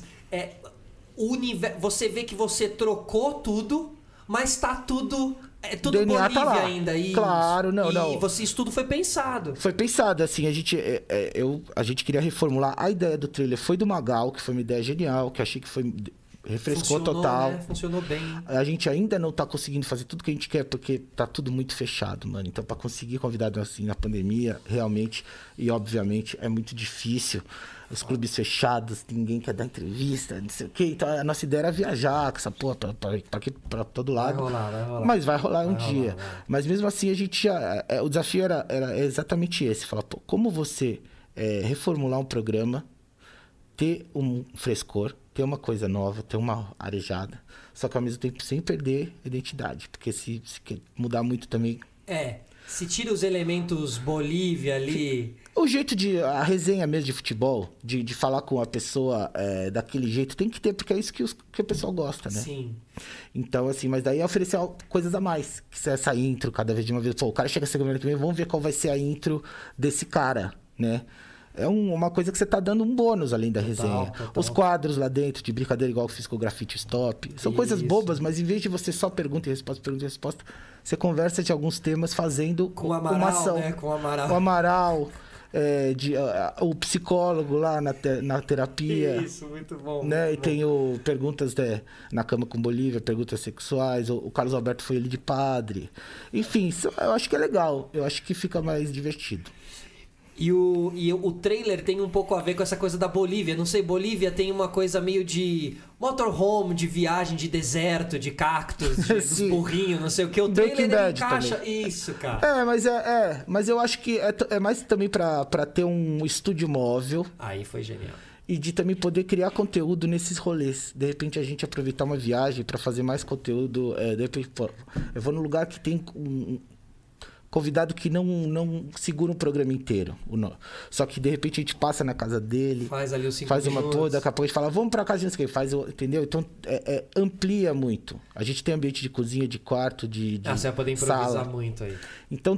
Você vê que você trocou tudo, mas tá tudo... É tudo DNA Bolívia tá lá. ainda. Claro, não. E isso tudo foi pensado. Foi pensado, assim, a gente queria reformular. A ideia do trailer foi do Magal, que foi uma ideia genial, que achei que refrescou total. Né? Funcionou bem. A gente ainda não tá conseguindo fazer tudo que a gente quer, porque tá tudo muito fechado, mano. Então, pra conseguir convidado assim na pandemia, realmente, e obviamente, é muito difícil. Os clubes fechados, ninguém quer dar entrevista, não sei o quê. Então, a nossa ideia era viajar com essa porra pra todo lado. Vai rolar. Mas vai rolar um dia. Mas mesmo assim, a gente o desafio era exatamente esse. Falar, pô, como você reformular um programa, ter um frescor, ter uma coisa nova, ter uma arejada, só que ao mesmo tempo sem perder a identidade. Porque se mudar muito também... Se tira os elementos Bolívia ali... O jeito a resenha mesmo de futebol, de falar com a pessoa daquele jeito, tem que ter, porque é isso que o pessoal gosta, né? Sim. Então, assim, mas daí é oferecer coisas a mais. Que é essa intro, cada vez de uma vez. Pô, o cara chega segunda que vem, vamos ver qual vai ser a intro desse cara, né? É uma coisa que você tá dando um bônus além da resenha. Total. Os quadros lá dentro, de brincadeira igual que fiz com o Grafite Stop. São coisas bobas, mas em vez de você só pergunta e resposta, você conversa de alguns temas fazendo com uma ação. Né? Com o Amaral. O Amaral, o psicólogo lá na terapia. Isso, muito bom. Né? Muito e tem perguntas na cama com Bolívia, perguntas sexuais. O Carlos Alberto foi ele de padre. Enfim, eu acho que é legal. Eu acho que fica mais divertido. E o trailer tem um pouco a ver com essa coisa da Bolívia. Não sei, Bolívia tem uma coisa meio de motorhome, de viagem de deserto, de cactos, dos burrinhos, não sei o que. O trailer encaixa também. Isso, cara. Mas eu acho que é mais também pra ter um estúdio móvel. Aí foi genial. E de também poder criar conteúdo nesses rolês. De repente a gente aproveitar uma viagem pra fazer mais conteúdo. De repente, pô, eu vou num lugar que tem convidado que não segura um programa inteiro. Só que de repente a gente passa na casa dele. Faz ali os 5 faz minutos. Uma toda, daqui a pouco a gente fala, vamos pra casa, não sei o que, entendeu? Então amplia muito. A gente tem ambiente de cozinha, de quarto, de você vai poder improvisar sala. Muito aí. Então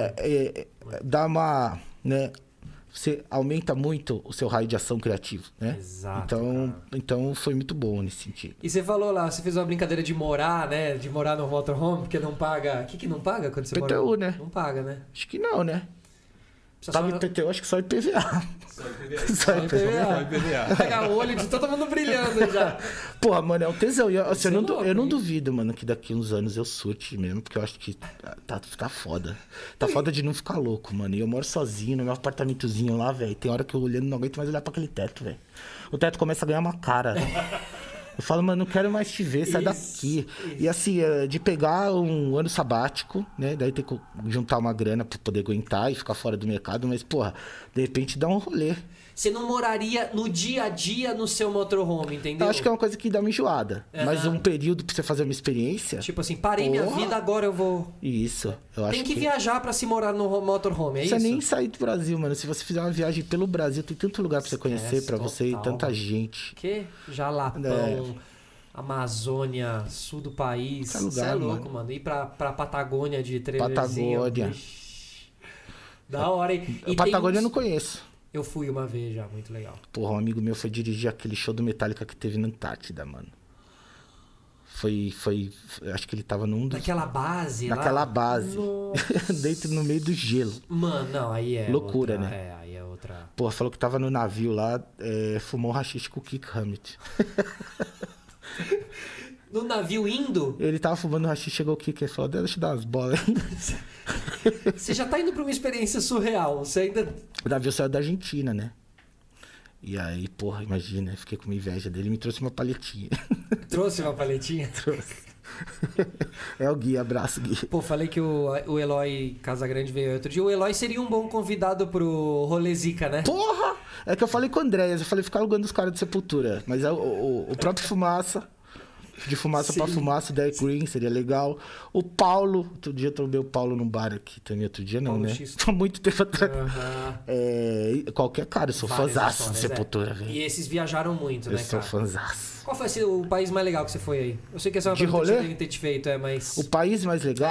dá uma... né? Você aumenta muito o seu raio de ação criativo, né? Exato. Então foi muito bom nesse sentido. E você falou lá, você fez uma brincadeira de morar, né? De morar no motorhome, porque não paga... O que não paga quando você PTU, mora? né? Não paga, né? Acho que não, né? Paga em PTU, acho que só IPVA. Só IPVA. Pegar o olho de todo mundo brilhando já. Porra, mano, é um tesão. Eu não hein? duvido, mano, que daqui uns anos eu surte mesmo, porque eu acho que tá foda. Tá foda de não ficar louco, mano. E eu moro sozinho no meu apartamentozinho lá, velho. Tem hora que eu olhando, não aguento mais olhar pra aquele teto, velho. O teto começa a ganhar uma cara. Eu falo, mano, não quero mais te ver, sai daqui. E assim, de pegar um ano sabático, né? Daí ter que juntar uma grana pra poder aguentar e ficar fora do mercado. Mas, porra, de repente dá um rolê. Você não moraria no dia a dia no seu motorhome, entendeu? Eu acho que é uma coisa que dá uma enjoada. Mas um período pra você fazer uma experiência... Tipo assim, parei minha vida, agora eu vou... Isso, eu acho que... Tem que viajar pra se morar no motorhome, é isso? Não precisa nem sair do Brasil, mano. Se você fizer uma viagem pelo Brasil, tem tanto lugar pra você conhecer, pra você e tanta gente. Que? Jalapão, Amazônia, sul do país. Você é louco, mano. Ir pra Patagônia de trailerzinho. Patagônia. Da hora, hein? E Patagônia eu não conheço. Eu fui uma vez já, muito legal. Porra, um amigo meu foi dirigir aquele show do Metallica que teve na Antártida, mano. Foi... Acho que ele tava num dos... Naquela base Naquela base. Dentro, no meio do gelo. Mano, não, aí é loucura, outra, né? Aí é outra... Porra, falou que tava no navio lá, fumou rachixe com o Kick Hammett. No navio indo? Ele tava fumando rachixe, chegou o Kick e falou, deixa eu dar umas bolas aí. Você já tá indo pra uma experiência surreal, você ainda... O navio saiu da Argentina, né? E aí, porra, imagina, eu fiquei com uma inveja dele, me trouxe uma palhetinha. Trouxe uma palhetinha? Trouxe. É o Gui, abraço, Gui. Pô, falei que o Eloy Casagrande veio outro dia. O Eloy seria um bom convidado pro Rolê Zica, né? Porra! É que eu falei com o Andréas, eu falei ficar alugando os caras de Sepultura. Mas é o próprio Fumaça... De Fumaça pra Fumaça, o Derek Green, seria legal. O Paulo, outro dia eu trombei o Paulo num bar aqui também, outro dia não, Paulo né? X. Há muito tempo atrás. Qualquer cara, eu sou fãzaço de Sepultura, velho. E esses viajaram muito, né, cara? Eu sou fãzaço. Qual foi o país mais legal que você foi aí? Eu sei que essa é uma de rolê? que você ter te feito, mas... O país mais legal?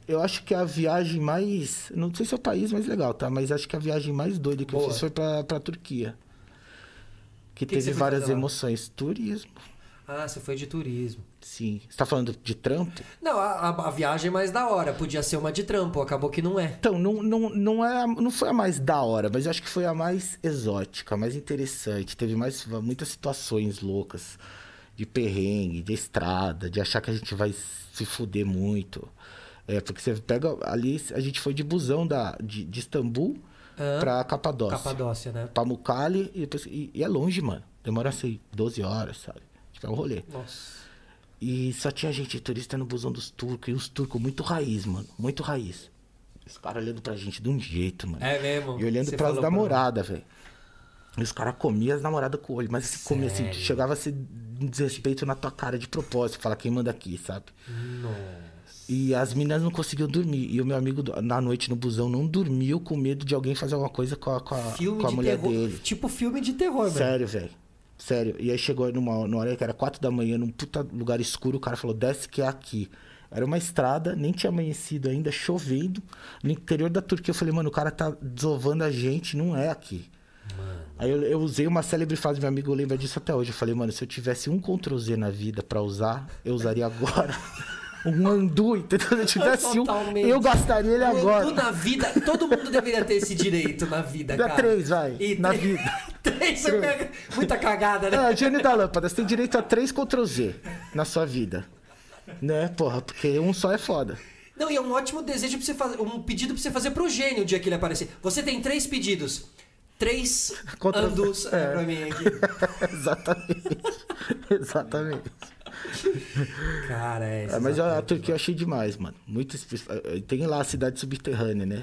Eu acho que a viagem mais... Não sei se é o país mais legal, tá? Mas acho que a viagem mais doida que eu fiz foi pra Turquia. Que teve várias emoções. Turismo. Ah, você foi de turismo. Sim. Você tá falando de trampo? Não, a viagem é mais da hora. Podia ser uma de trampo, acabou que não é. Então, não foi a mais da hora, mas eu acho que foi a mais exótica, a mais interessante. Teve muitas situações loucas. De perrengue, de estrada, de achar que a gente vai se fuder muito. Porque você pega ali, a gente foi de busão de Istambul pra Capadócia. Capadócia, né? Pamukkale e é longe, mano. Demora assim 12 horas, sabe? Tipo, é um rolê. Nossa. E só tinha gente turista no busão dos turcos. E os turcos muito raiz, mano. Muito raiz. Os caras olhando pra gente de um jeito, mano. É mesmo? E olhando pras namoradas, velho. E os caras comiam as namoradas com o olho. Mas se comia assim, chegava a ser um desrespeito na tua cara de propósito. Falar quem manda aqui, sabe? Nossa. E as meninas não conseguiam dormir. E o meu amigo, na noite no busão, não dormiu com medo de alguém fazer alguma coisa com a mulher dele. Tipo filme de terror, velho. Sério, velho. Sério. E aí chegou numa hora que era 4 da manhã, num puta lugar escuro, o cara falou, desce que é aqui. Era uma estrada, nem tinha amanhecido ainda, chovendo. No interior da Turquia, eu falei, mano, o cara tá desovando a gente, não é aqui. Mano. Aí eu usei uma célebre frase, meu amigo lembra disso até hoje. Eu falei, mano, se eu tivesse um Ctrl-Z na vida pra usar, eu usaria agora. Um andu, entendeu? Se eu tivesse eu gastaria ele agora. Andu na vida, todo mundo deveria ter esse direito na vida, cara. 3, vai, na vida. 3, você pega muita cagada, né? Gênio da lâmpada, você tem direito a 3 Ctrl-Z na sua vida. Né, porra, porque um só é foda. Não, e é um ótimo desejo pra você fazer, um pedido pra você fazer pro gênio o dia que ele aparecer. Você tem 3 pedidos. 3 andus pra mim aqui. Exatamente. Cara, mas a Turquia eu achei demais, mano. Tem lá a cidade subterrânea, né?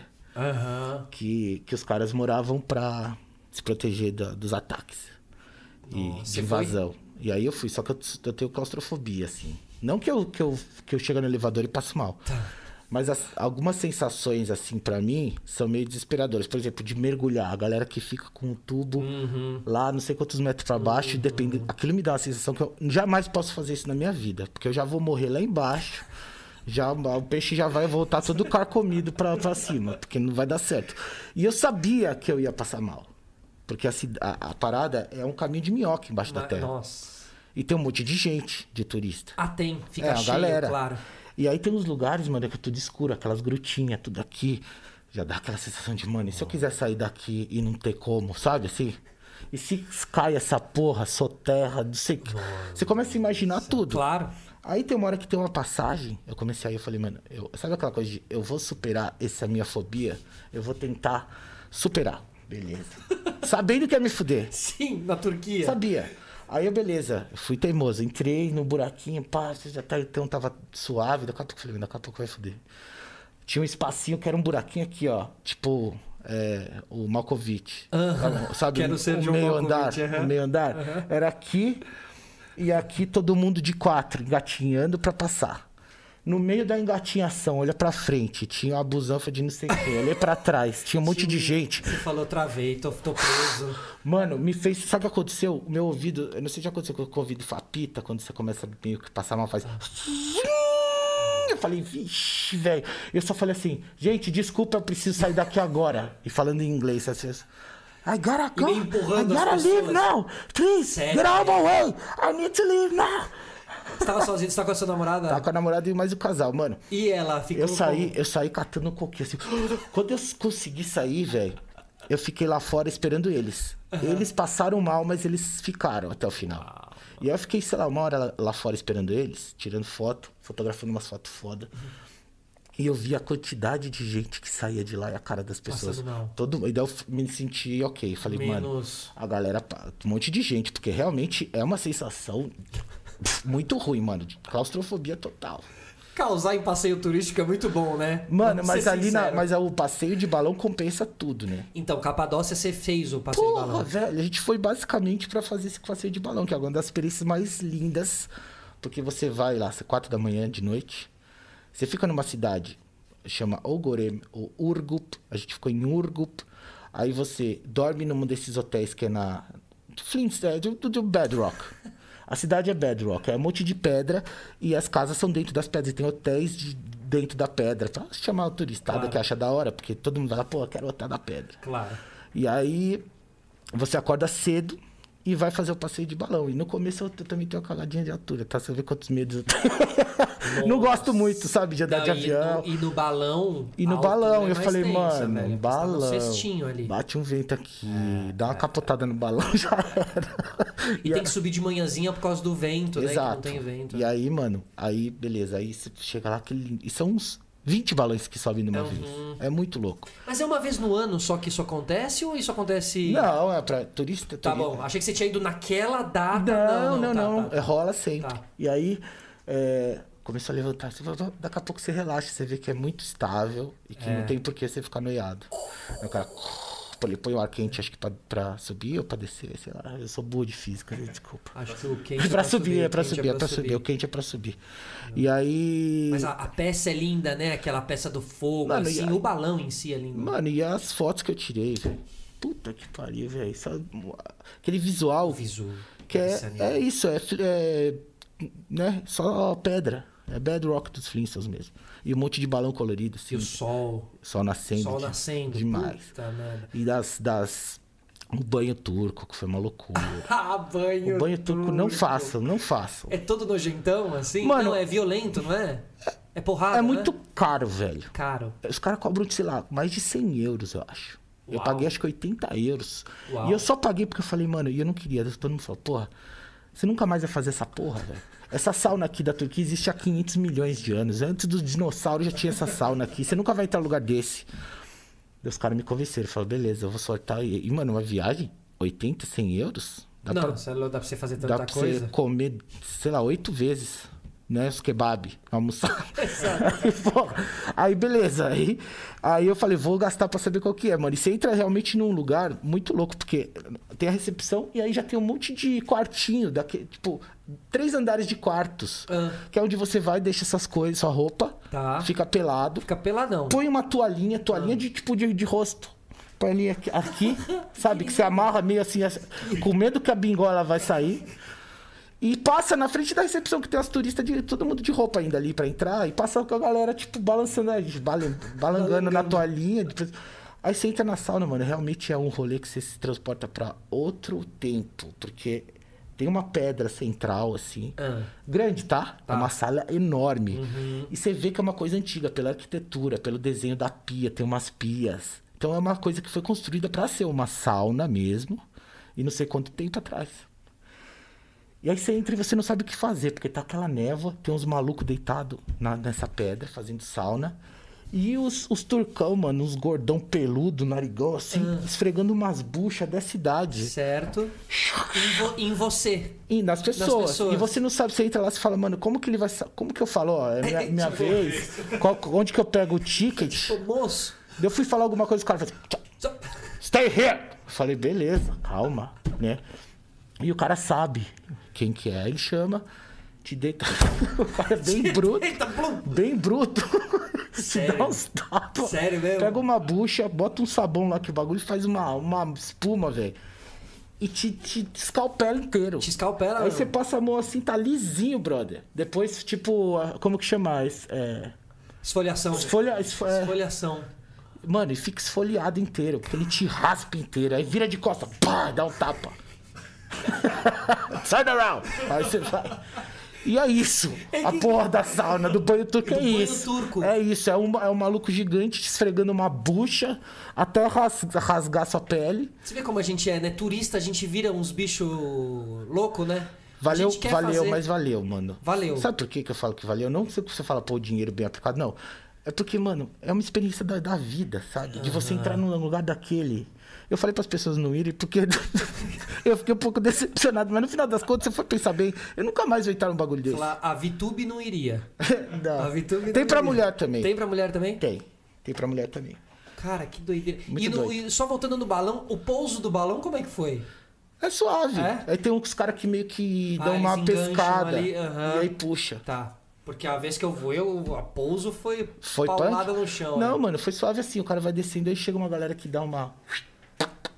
Que os caras moravam pra se proteger dos ataques e de invasão. Foi? E aí eu fui, só que eu tenho claustrofobia, assim. Não que eu chego no elevador e passo mal. Tá. Mas algumas sensações, assim, pra mim, são meio desesperadoras. Por exemplo, de mergulhar. A galera que fica com o tubo lá, não sei quantos metros pra baixo, depende. Aquilo me dá uma sensação que eu jamais posso fazer isso na minha vida. Porque eu já vou morrer lá embaixo. O peixe já vai voltar todo carcomido pra cima. Porque não vai dar certo. E eu sabia que eu ia passar mal. Porque a parada é um caminho de minhoca embaixo da terra. Nossa. E tem um monte de gente, de turista. Ah, tem. Fica cheio, galera. Claro. E aí tem uns lugares, mano, que é tudo escuro, aquelas grutinhas, tudo aqui. Já dá aquela sensação de, mano, e se eu quiser sair daqui e não ter como, sabe assim? E se cai essa porra, soterra, não sei o que. Você começa a imaginar tudo. Claro. Aí tem uma hora que tem uma passagem, eu comecei aí, eu falei, mano, sabe aquela coisa de, eu vou superar essa minha fobia? Eu vou tentar superar. Beleza. Sabendo que ia me fuder. Sim, na Turquia. Sabia. Aí, beleza, fui teimoso, entrei no buraquinho, pá, então tava suave, daqui a pouco vai foder. Tinha um espacinho que era um buraquinho aqui, ó, tipo o Malkovich, sabe? Que era o Sérgio Malkovich, o meio andar, era aqui e aqui todo mundo de 4, engatinhando pra passar. No meio da engatinhação, olha pra frente, tinha uma busanfa de não sei o quê, olhei pra trás, tinha um monte de gente. Você falou, travei, tô preso. Mano, me fez... Sabe o que aconteceu? O meu ouvido... Eu não sei se já aconteceu com o ouvido apita, quando você começa meio que passar mal, faz... Eu falei, vixe, velho. Eu só falei assim, gente, desculpa, eu preciso sair daqui agora. E falando em inglês, assim... I gotta go. E empurrando I gotta leave now. Please, sério? Get out of my way. I need to leave now. Você tava sozinho? Você tá com a sua namorada? Tava com a namorada e mais o casal, mano. E ela ficou... Eu saí catando um coquinho, assim. Quando eu consegui sair, velho, eu fiquei lá fora esperando eles. Eles passaram mal, mas eles ficaram até o final. E eu fiquei, sei lá, uma hora lá fora esperando eles, tirando foto, fotografando umas fotos foda. E eu vi a quantidade de gente que saía de lá e a cara das pessoas. E daí eu me senti ok. Falei, mano, a galera, um monte de gente, porque realmente é uma sensação muito ruim, mano, de claustrofobia total. Causar em passeio turístico é muito bom, né? Mano, mas ali mas o passeio de balão compensa tudo, né? Então, Capadócia, você fez o passeio de balão? Velho, a gente foi basicamente pra fazer esse passeio de balão, que é uma das experiências mais lindas, porque você vai lá, às 4 da manhã, de noite, você fica numa cidade, chama Ogorem, ou Urgup, a gente ficou em Urgup, aí você dorme num desses hotéis que é na Flintstone, do Bedrock. A cidade é Bedrock, é um monte de pedra e as casas são dentro das pedras. E tem hotéis dentro da pedra. Pra chamar o turistada que acha da hora, porque todo mundo fala, pô, eu quero botar na pedra. Claro. E aí, você acorda cedo e vai fazer o passeio de balão. E no começo eu também tenho uma cagadinha de altura, tá? Você vê quantos medos eu tenho. Não gosto muito, sabe, de andar de avião. E no balão... E no balão, eu falei, tensa, mano, velho, balão. tá no cestinho ali. Bate um vento aqui, dá uma capotada no balão, já era. E tem que subir de manhãzinha por causa do vento, né? Exato. Que não tem vento. E aí, mano, aí beleza, aí você chega lá, e são uns 20 balões que sobem numa vez. É muito louco. Mas é uma vez no ano só que isso acontece ou isso acontece... Não, é pra turista. Tá bom, achei que você tinha ido naquela data. Não. Tá. Rola sempre. Tá. E aí, começou a levantar. Daqui a pouco você relaxa, você vê que é muito estável e que não tem por que você ficar noiado. Aí o cara... Ele põe o ar quente, acho que pra subir ou pra descer, sei lá. Eu sou burro de física, desculpa. Acho que o quente É pra subir. O quente é pra subir. E aí... Mas a peça é linda, né? Aquela peça do fogo, mano, assim. O balão em si é lindo. Mano, e as fotos que eu tirei, velho. Puta que pariu, velho. Aquele visual. Que é isso, né? Só pedra. É bedrock dos Flintstones mesmo. E um monte de balão colorido, assim. E o sol. Sol nascendo. Sol nascendo. Demais. Puta merda. E o banho turco, que foi uma loucura. Banho O banho turco, não façam. É todo nojentão, assim? Mano, não, é violento, não é? É porrada, É muito né? caro, velho. Caro. Os caras cobram, sei lá, mais de 100 euros, eu acho. Uau. Eu paguei acho que 80 euros. Uau. E eu só paguei porque eu falei, mano, e eu não queria. Todo mundo falou, porra, você nunca mais vai fazer essa porra, velho. Essa sauna aqui da Turquia existe há 500 milhões de anos. Antes dos dinossauros já tinha essa sauna aqui. Você nunca vai entrar num lugar desse. E os caras me convenceram. Falaram, beleza, eu vou sortar. E, mano, uma viagem, 80, 100 euros? Dá pra você fazer tanta dá pra coisa? você comer, sei lá, 8 vezes. Né, os kebab, almoçar. Aí, beleza. Aí eu falei, vou gastar pra saber qual que é, mano. E você entra realmente num lugar muito louco, porque tem a recepção e aí já tem um monte de quartinho, tipo, 3 andares de quartos. Que é onde você vai, deixa essas coisas, sua roupa, fica pelado. Fica peladão. Põe uma toalhinha de tipo de rosto. Põe ali aqui sabe? Que você amarra meio assim, com medo que a bingola vai sair. E passa na frente da recepção, que tem as turistas, todo mundo de roupa ainda ali pra entrar. E passa com a galera, tipo, balançando, balangando na toalhinha. Aí você entra na sauna, mano. Realmente é um rolê que você se transporta pra outro tempo. Porque tem uma pedra central, assim. Grande, tá? É uma sala enorme. E você vê que é uma coisa antiga, pela arquitetura, pelo desenho da pia. Tem umas pias. Então é uma coisa que foi construída pra ser uma sauna mesmo. E não sei quanto tempo atrás. E aí você entra e você não sabe o que fazer, porque tá aquela névoa, tem uns malucos deitados nessa pedra, fazendo sauna. E os turcão, mano, uns gordão peludo, narigão, assim, esfregando umas buchas dessa idade. Certo. Em você. E nas pessoas. E você não sabe, você entra lá e fala, mano, como que ele vai... Como que eu falo, ó, é minha vez? Onde que eu pego o ticket? Ô, moço. Eu fui falar alguma coisa, o cara falou, stay here! Eu falei, beleza, calma, né? E o cara sabe quem que é, ele chama, te deita. O cara é bem bruto. Sério? Te dá uns tapas. Sério mesmo? Pega uma bucha, bota um sabão lá que o bagulho faz uma espuma, velho. E te escalpela inteiro. Te escalpela, Aí você passa a mão assim, tá lisinho, brother. Depois, tipo, como que chama? Esfoliação. Esfoliação. Mano, e fica esfoliado inteiro, porque ele te raspa inteiro. Aí vira de costas, pá, dá um tapa. Turn around! Aí você vai. E é isso. A porra da sauna, do banho turco é isso. É isso, é um maluco gigante esfregando uma bucha até rasgar sua pele. Você vê como a gente é, né? Turista, a gente vira uns bichos loucos, né? Valeu, mas valeu, mano. Valeu. Sabe por que eu falo que valeu? Não sei que você fala, pô, o dinheiro bem aplicado, não. É porque, mano, é uma experiência da vida, sabe? De você entrar num lugar daquele. Eu falei para as pessoas não irem porque eu fiquei um pouco decepcionado. Mas no final das contas, você foi pensar bem, eu nunca mais vou entrar num bagulho desse. Falar, a VTube não iria. Não. A VTube não tem pra iria. mulher também. Tem pra mulher também? Tem pra mulher também. Cara, que doideira. Muito E só voltando no balão, o pouso do balão, como é que foi? É suave. É? Aí tem uns caras que meio que dão uma eles engancham pescada. ali, E aí puxa. Tá. Porque a vez que eu vou, a pouso foi paulada punk? no chão. Não, né? mano, foi suave assim. O cara vai descendo, aí chega uma galera que dá uma...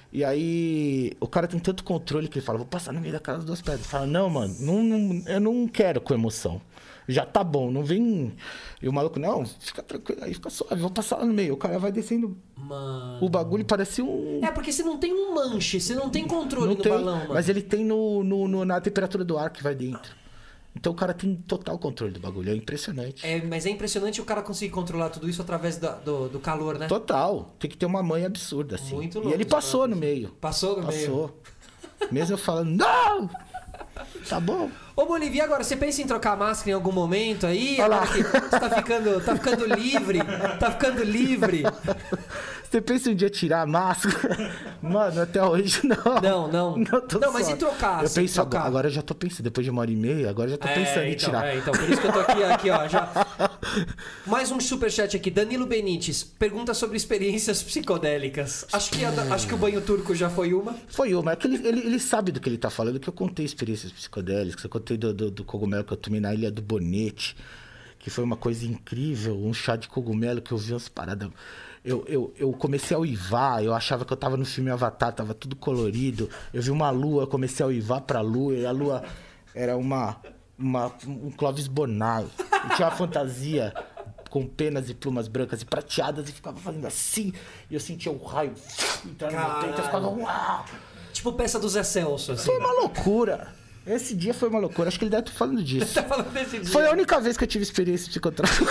E aí, o cara tem tanto controle que ele fala, vou passar no meio da casa das duas pedras. Fala, não, mano, eu não quero com emoção. Já tá bom, não vem... E o maluco, não, fica tranquilo aí, fica suave, vou passar lá no meio. O cara vai descendo... Mano... O bagulho parece um... É, porque você não tem um manche, você não tem controle no balão, mano. Mas ele tem na temperatura do ar que vai dentro. Então o cara tem total controle do bagulho, é impressionante. É, mas é impressionante o cara conseguir controlar tudo isso através do calor, né? Total, tem que ter uma manha absurda, assim. Muito louco. E ele passou no meio. Passou no meio? Passou. Mesmo eu falando, não! Tá bom. Ô, Bolívia, agora, você pensa em trocar a máscara em algum momento aí? Olha lá. Agora que você tá ficando livre, tá ficando livre. Você pensa um dia tirar a máscara? Mano, até hoje não. Não, mas e trocar? Eu penso trocar? agora eu já tô pensando, depois de 1h30, agora eu já tô pensando em tirar. Então, por isso que eu tô aqui, ó, já. Mais um superchat aqui. Danilo Benites pergunta sobre experiências psicodélicas. Acho que o banho turco já foi uma. Foi uma. É que ele sabe do que ele tá falando, que eu contei experiências psicodélicas, eu contei do cogumelo que eu tomei na Ilha do Bonete, que foi uma coisa incrível, um chá de cogumelo que eu vi umas paradas... Eu comecei a uivar, eu achava que eu tava no filme Avatar, tava tudo colorido. Eu vi uma lua, eu comecei a uivar pra lua, e a lua era um Clóvis Bonai. E tinha uma fantasia com penas e plumas brancas e prateadas, e ficava fazendo assim, e eu sentia o raio entrar no meu peito, eu ficava uau! Tipo peça do Zé Celso, assim. Foi uma loucura. Esse dia foi uma loucura. Acho que ele deve estar falando disso. Tá falando desse dia. Foi a única vez que eu tive experiência de psicotráfico.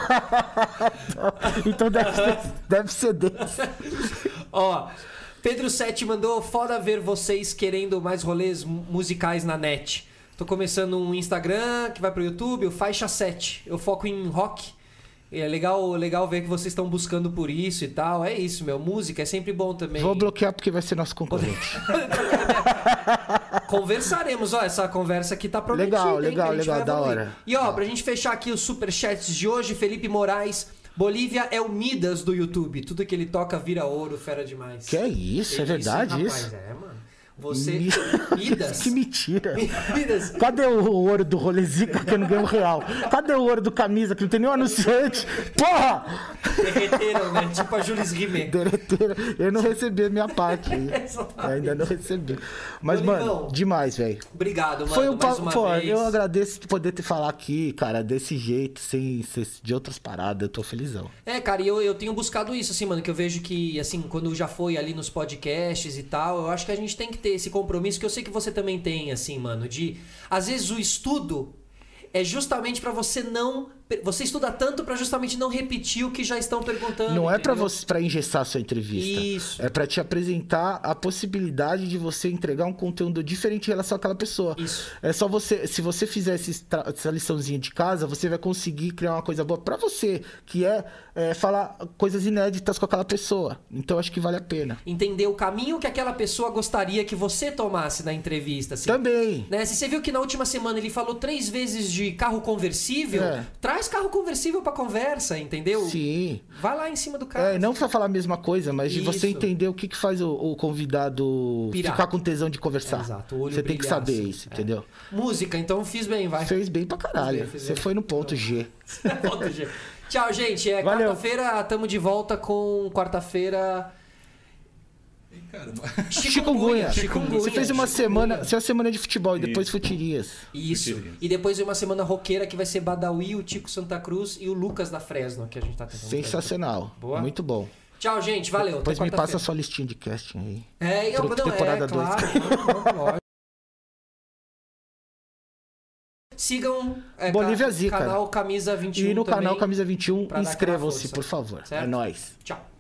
Então deve ser desse. Ó, Pedro Sete mandou: foda ver vocês querendo mais rolês musicais na net. Tô começando um Instagram que vai pro YouTube, o Faixa 7. Eu foco em rock. É legal ver que vocês estão buscando por isso e tal. É isso, meu. Música é sempre bom também. Vou bloquear porque vai ser nosso concorrente. Conversaremos, ó. Essa conversa aqui tá prometida. Legal, da evoluir. hora. E ó, pra gente fechar aqui os superchats de hoje, Felipe Moraes. Bolívia é o Midas do YouTube. Tudo que ele toca vira ouro, fera demais. Que é isso? É verdade isso? Rapaz, é, mano. Você... Midas? Que mentira. Midas. Cadê o ouro do rolezica que eu não ganho real? Cadê o ouro do camisa que não tem nenhum anunciante? Porra! Derreteram, né? Tipo a Jules Rimet. Derreteram. Eu não recebi a minha parte. Ainda não recebi. Mas, mano, demais, velho. Obrigado, mano. Foi mais uma vez. Eu agradeço de poder te falar aqui, cara, desse jeito, sem ser de outras paradas. Eu tô felizão. É, cara, e eu tenho buscado isso, assim, mano, que eu vejo que, assim, quando já foi ali nos podcasts e tal, eu acho que a gente tem que ter esse compromisso, que eu sei que você também tem, assim, mano, de... Às vezes o estudo é justamente pra você não... Você estuda tanto pra justamente não repetir o que já estão perguntando. Não é entendeu? pra engessar a sua entrevista. Isso. É pra te apresentar a possibilidade de você entregar um conteúdo diferente em relação àquela pessoa. Isso. É só você... Se você fizer essa liçãozinha de casa, você vai conseguir criar uma coisa boa pra você, que é falar coisas inéditas com aquela pessoa. Então, acho que vale a pena. Entender o caminho que aquela pessoa gostaria que você tomasse na entrevista, assim. Também. Né? Se você viu que na última semana ele falou 3 vezes de carro conversível, traz carro conversível pra conversa, entendeu? Sim. Vai lá em cima do carro. Não pra falar a mesma coisa, mas de você Isso. entender o que faz o convidado Pirar. ficar com tesão de conversar. Exato, o olho Você tem que brilhar, saber assim. isso, entendeu? Música, então fiz bem, vai. Fez bem pra caralho. Fiz Você bem. foi no ponto G. Ponto G. Tchau, gente. Valeu. Quarta-feira, tamo de volta com quarta-feira... Chikungunya. Você fez uma semana de futebol e depois Isso. futirias. Isso. Futirias. E depois uma semana roqueira que vai ser Badawi, o Tico Santa Cruz e o Lucas da Fresno, que a gente tá tentando. Sensacional. Boa. Muito bom. Tchau, gente. Valeu. Depois Até me passa a quarta-feira. sua listinha de casting aí. Temporada dois. claro. Sigam Bolívia Zica. canal Camisa 21 E no também, canal Camisa 21, pra dar aquela inscrevam-se, força. por favor. Certo? É nóis. Tchau.